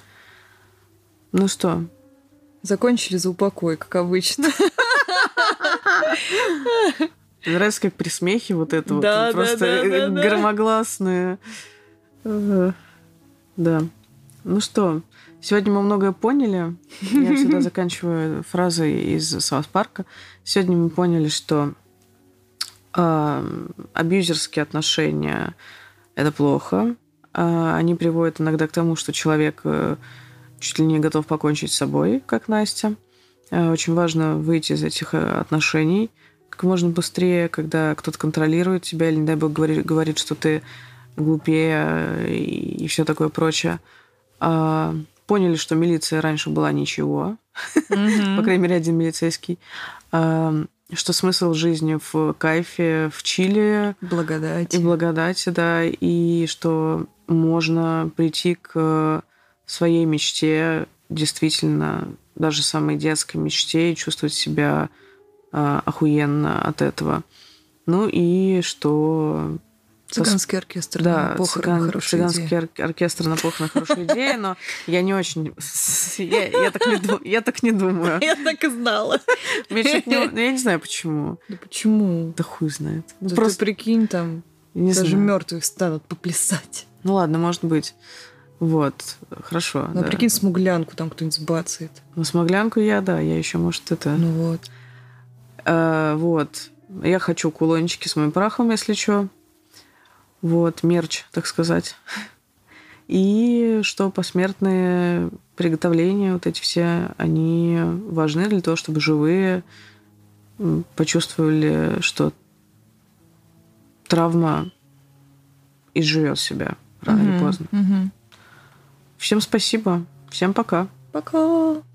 Ну что, Закончили за упокой, как обычно. мне нравится, как при смехе вот это вот Да, да, просто да, да, да. громогласное. Э, Да. Ну что, сегодня мы многое поняли. Я всегда заканчиваю фразой из Саус Парка. Сегодня мы поняли, что э, абьюзерские отношения – это плохо. Э, они приводят иногда к тому, что человек э, чуть ли не готов покончить с собой, как Настя. Э, очень важно выйти из этих э, отношений как можно быстрее, когда кто-то контролирует тебя или, не дай бог, говорит, говорит что ты глупее и, и все такое прочее. А, поняли, что милиция раньше была ничего, по крайней мере, один милицейский, а, что смысл жизни в кайфе, в чили Благодать. и благодати, да, и что можно прийти к своей мечте, действительно, даже самой детской мечте, и чувствовать себя а, охуенно от этого. Ну и что Цыганский оркестр да, на похороны цыган, хорошая цыганский идея. ор- оркестр на похороны хорошая идея, но я не очень... Я, я, так, не, ду- я так не думаю. Я так и знала. Мне чё-то не- я не знаю, почему. Да почему? Да хуй знает. Ну, Да просто ты прикинь, там не даже знаю. мертвых станут поплясать. Ну ладно, может быть. Вот, хорошо. Ну, да. прикинь, смуглянку там кто-нибудь сбацает. Ну, смоглянку я, да, я еще, может, это... Ну вот. А, вот. Я хочу кулончики с моим прахом, если что. Вот, мерч, так сказать. И что посмертные приготовления, вот эти все, они важны для того, чтобы живые м, почувствовали, что травма изживет себя рано или Мгм, поздно. мгм. Всем спасибо. Всем пока. Пока.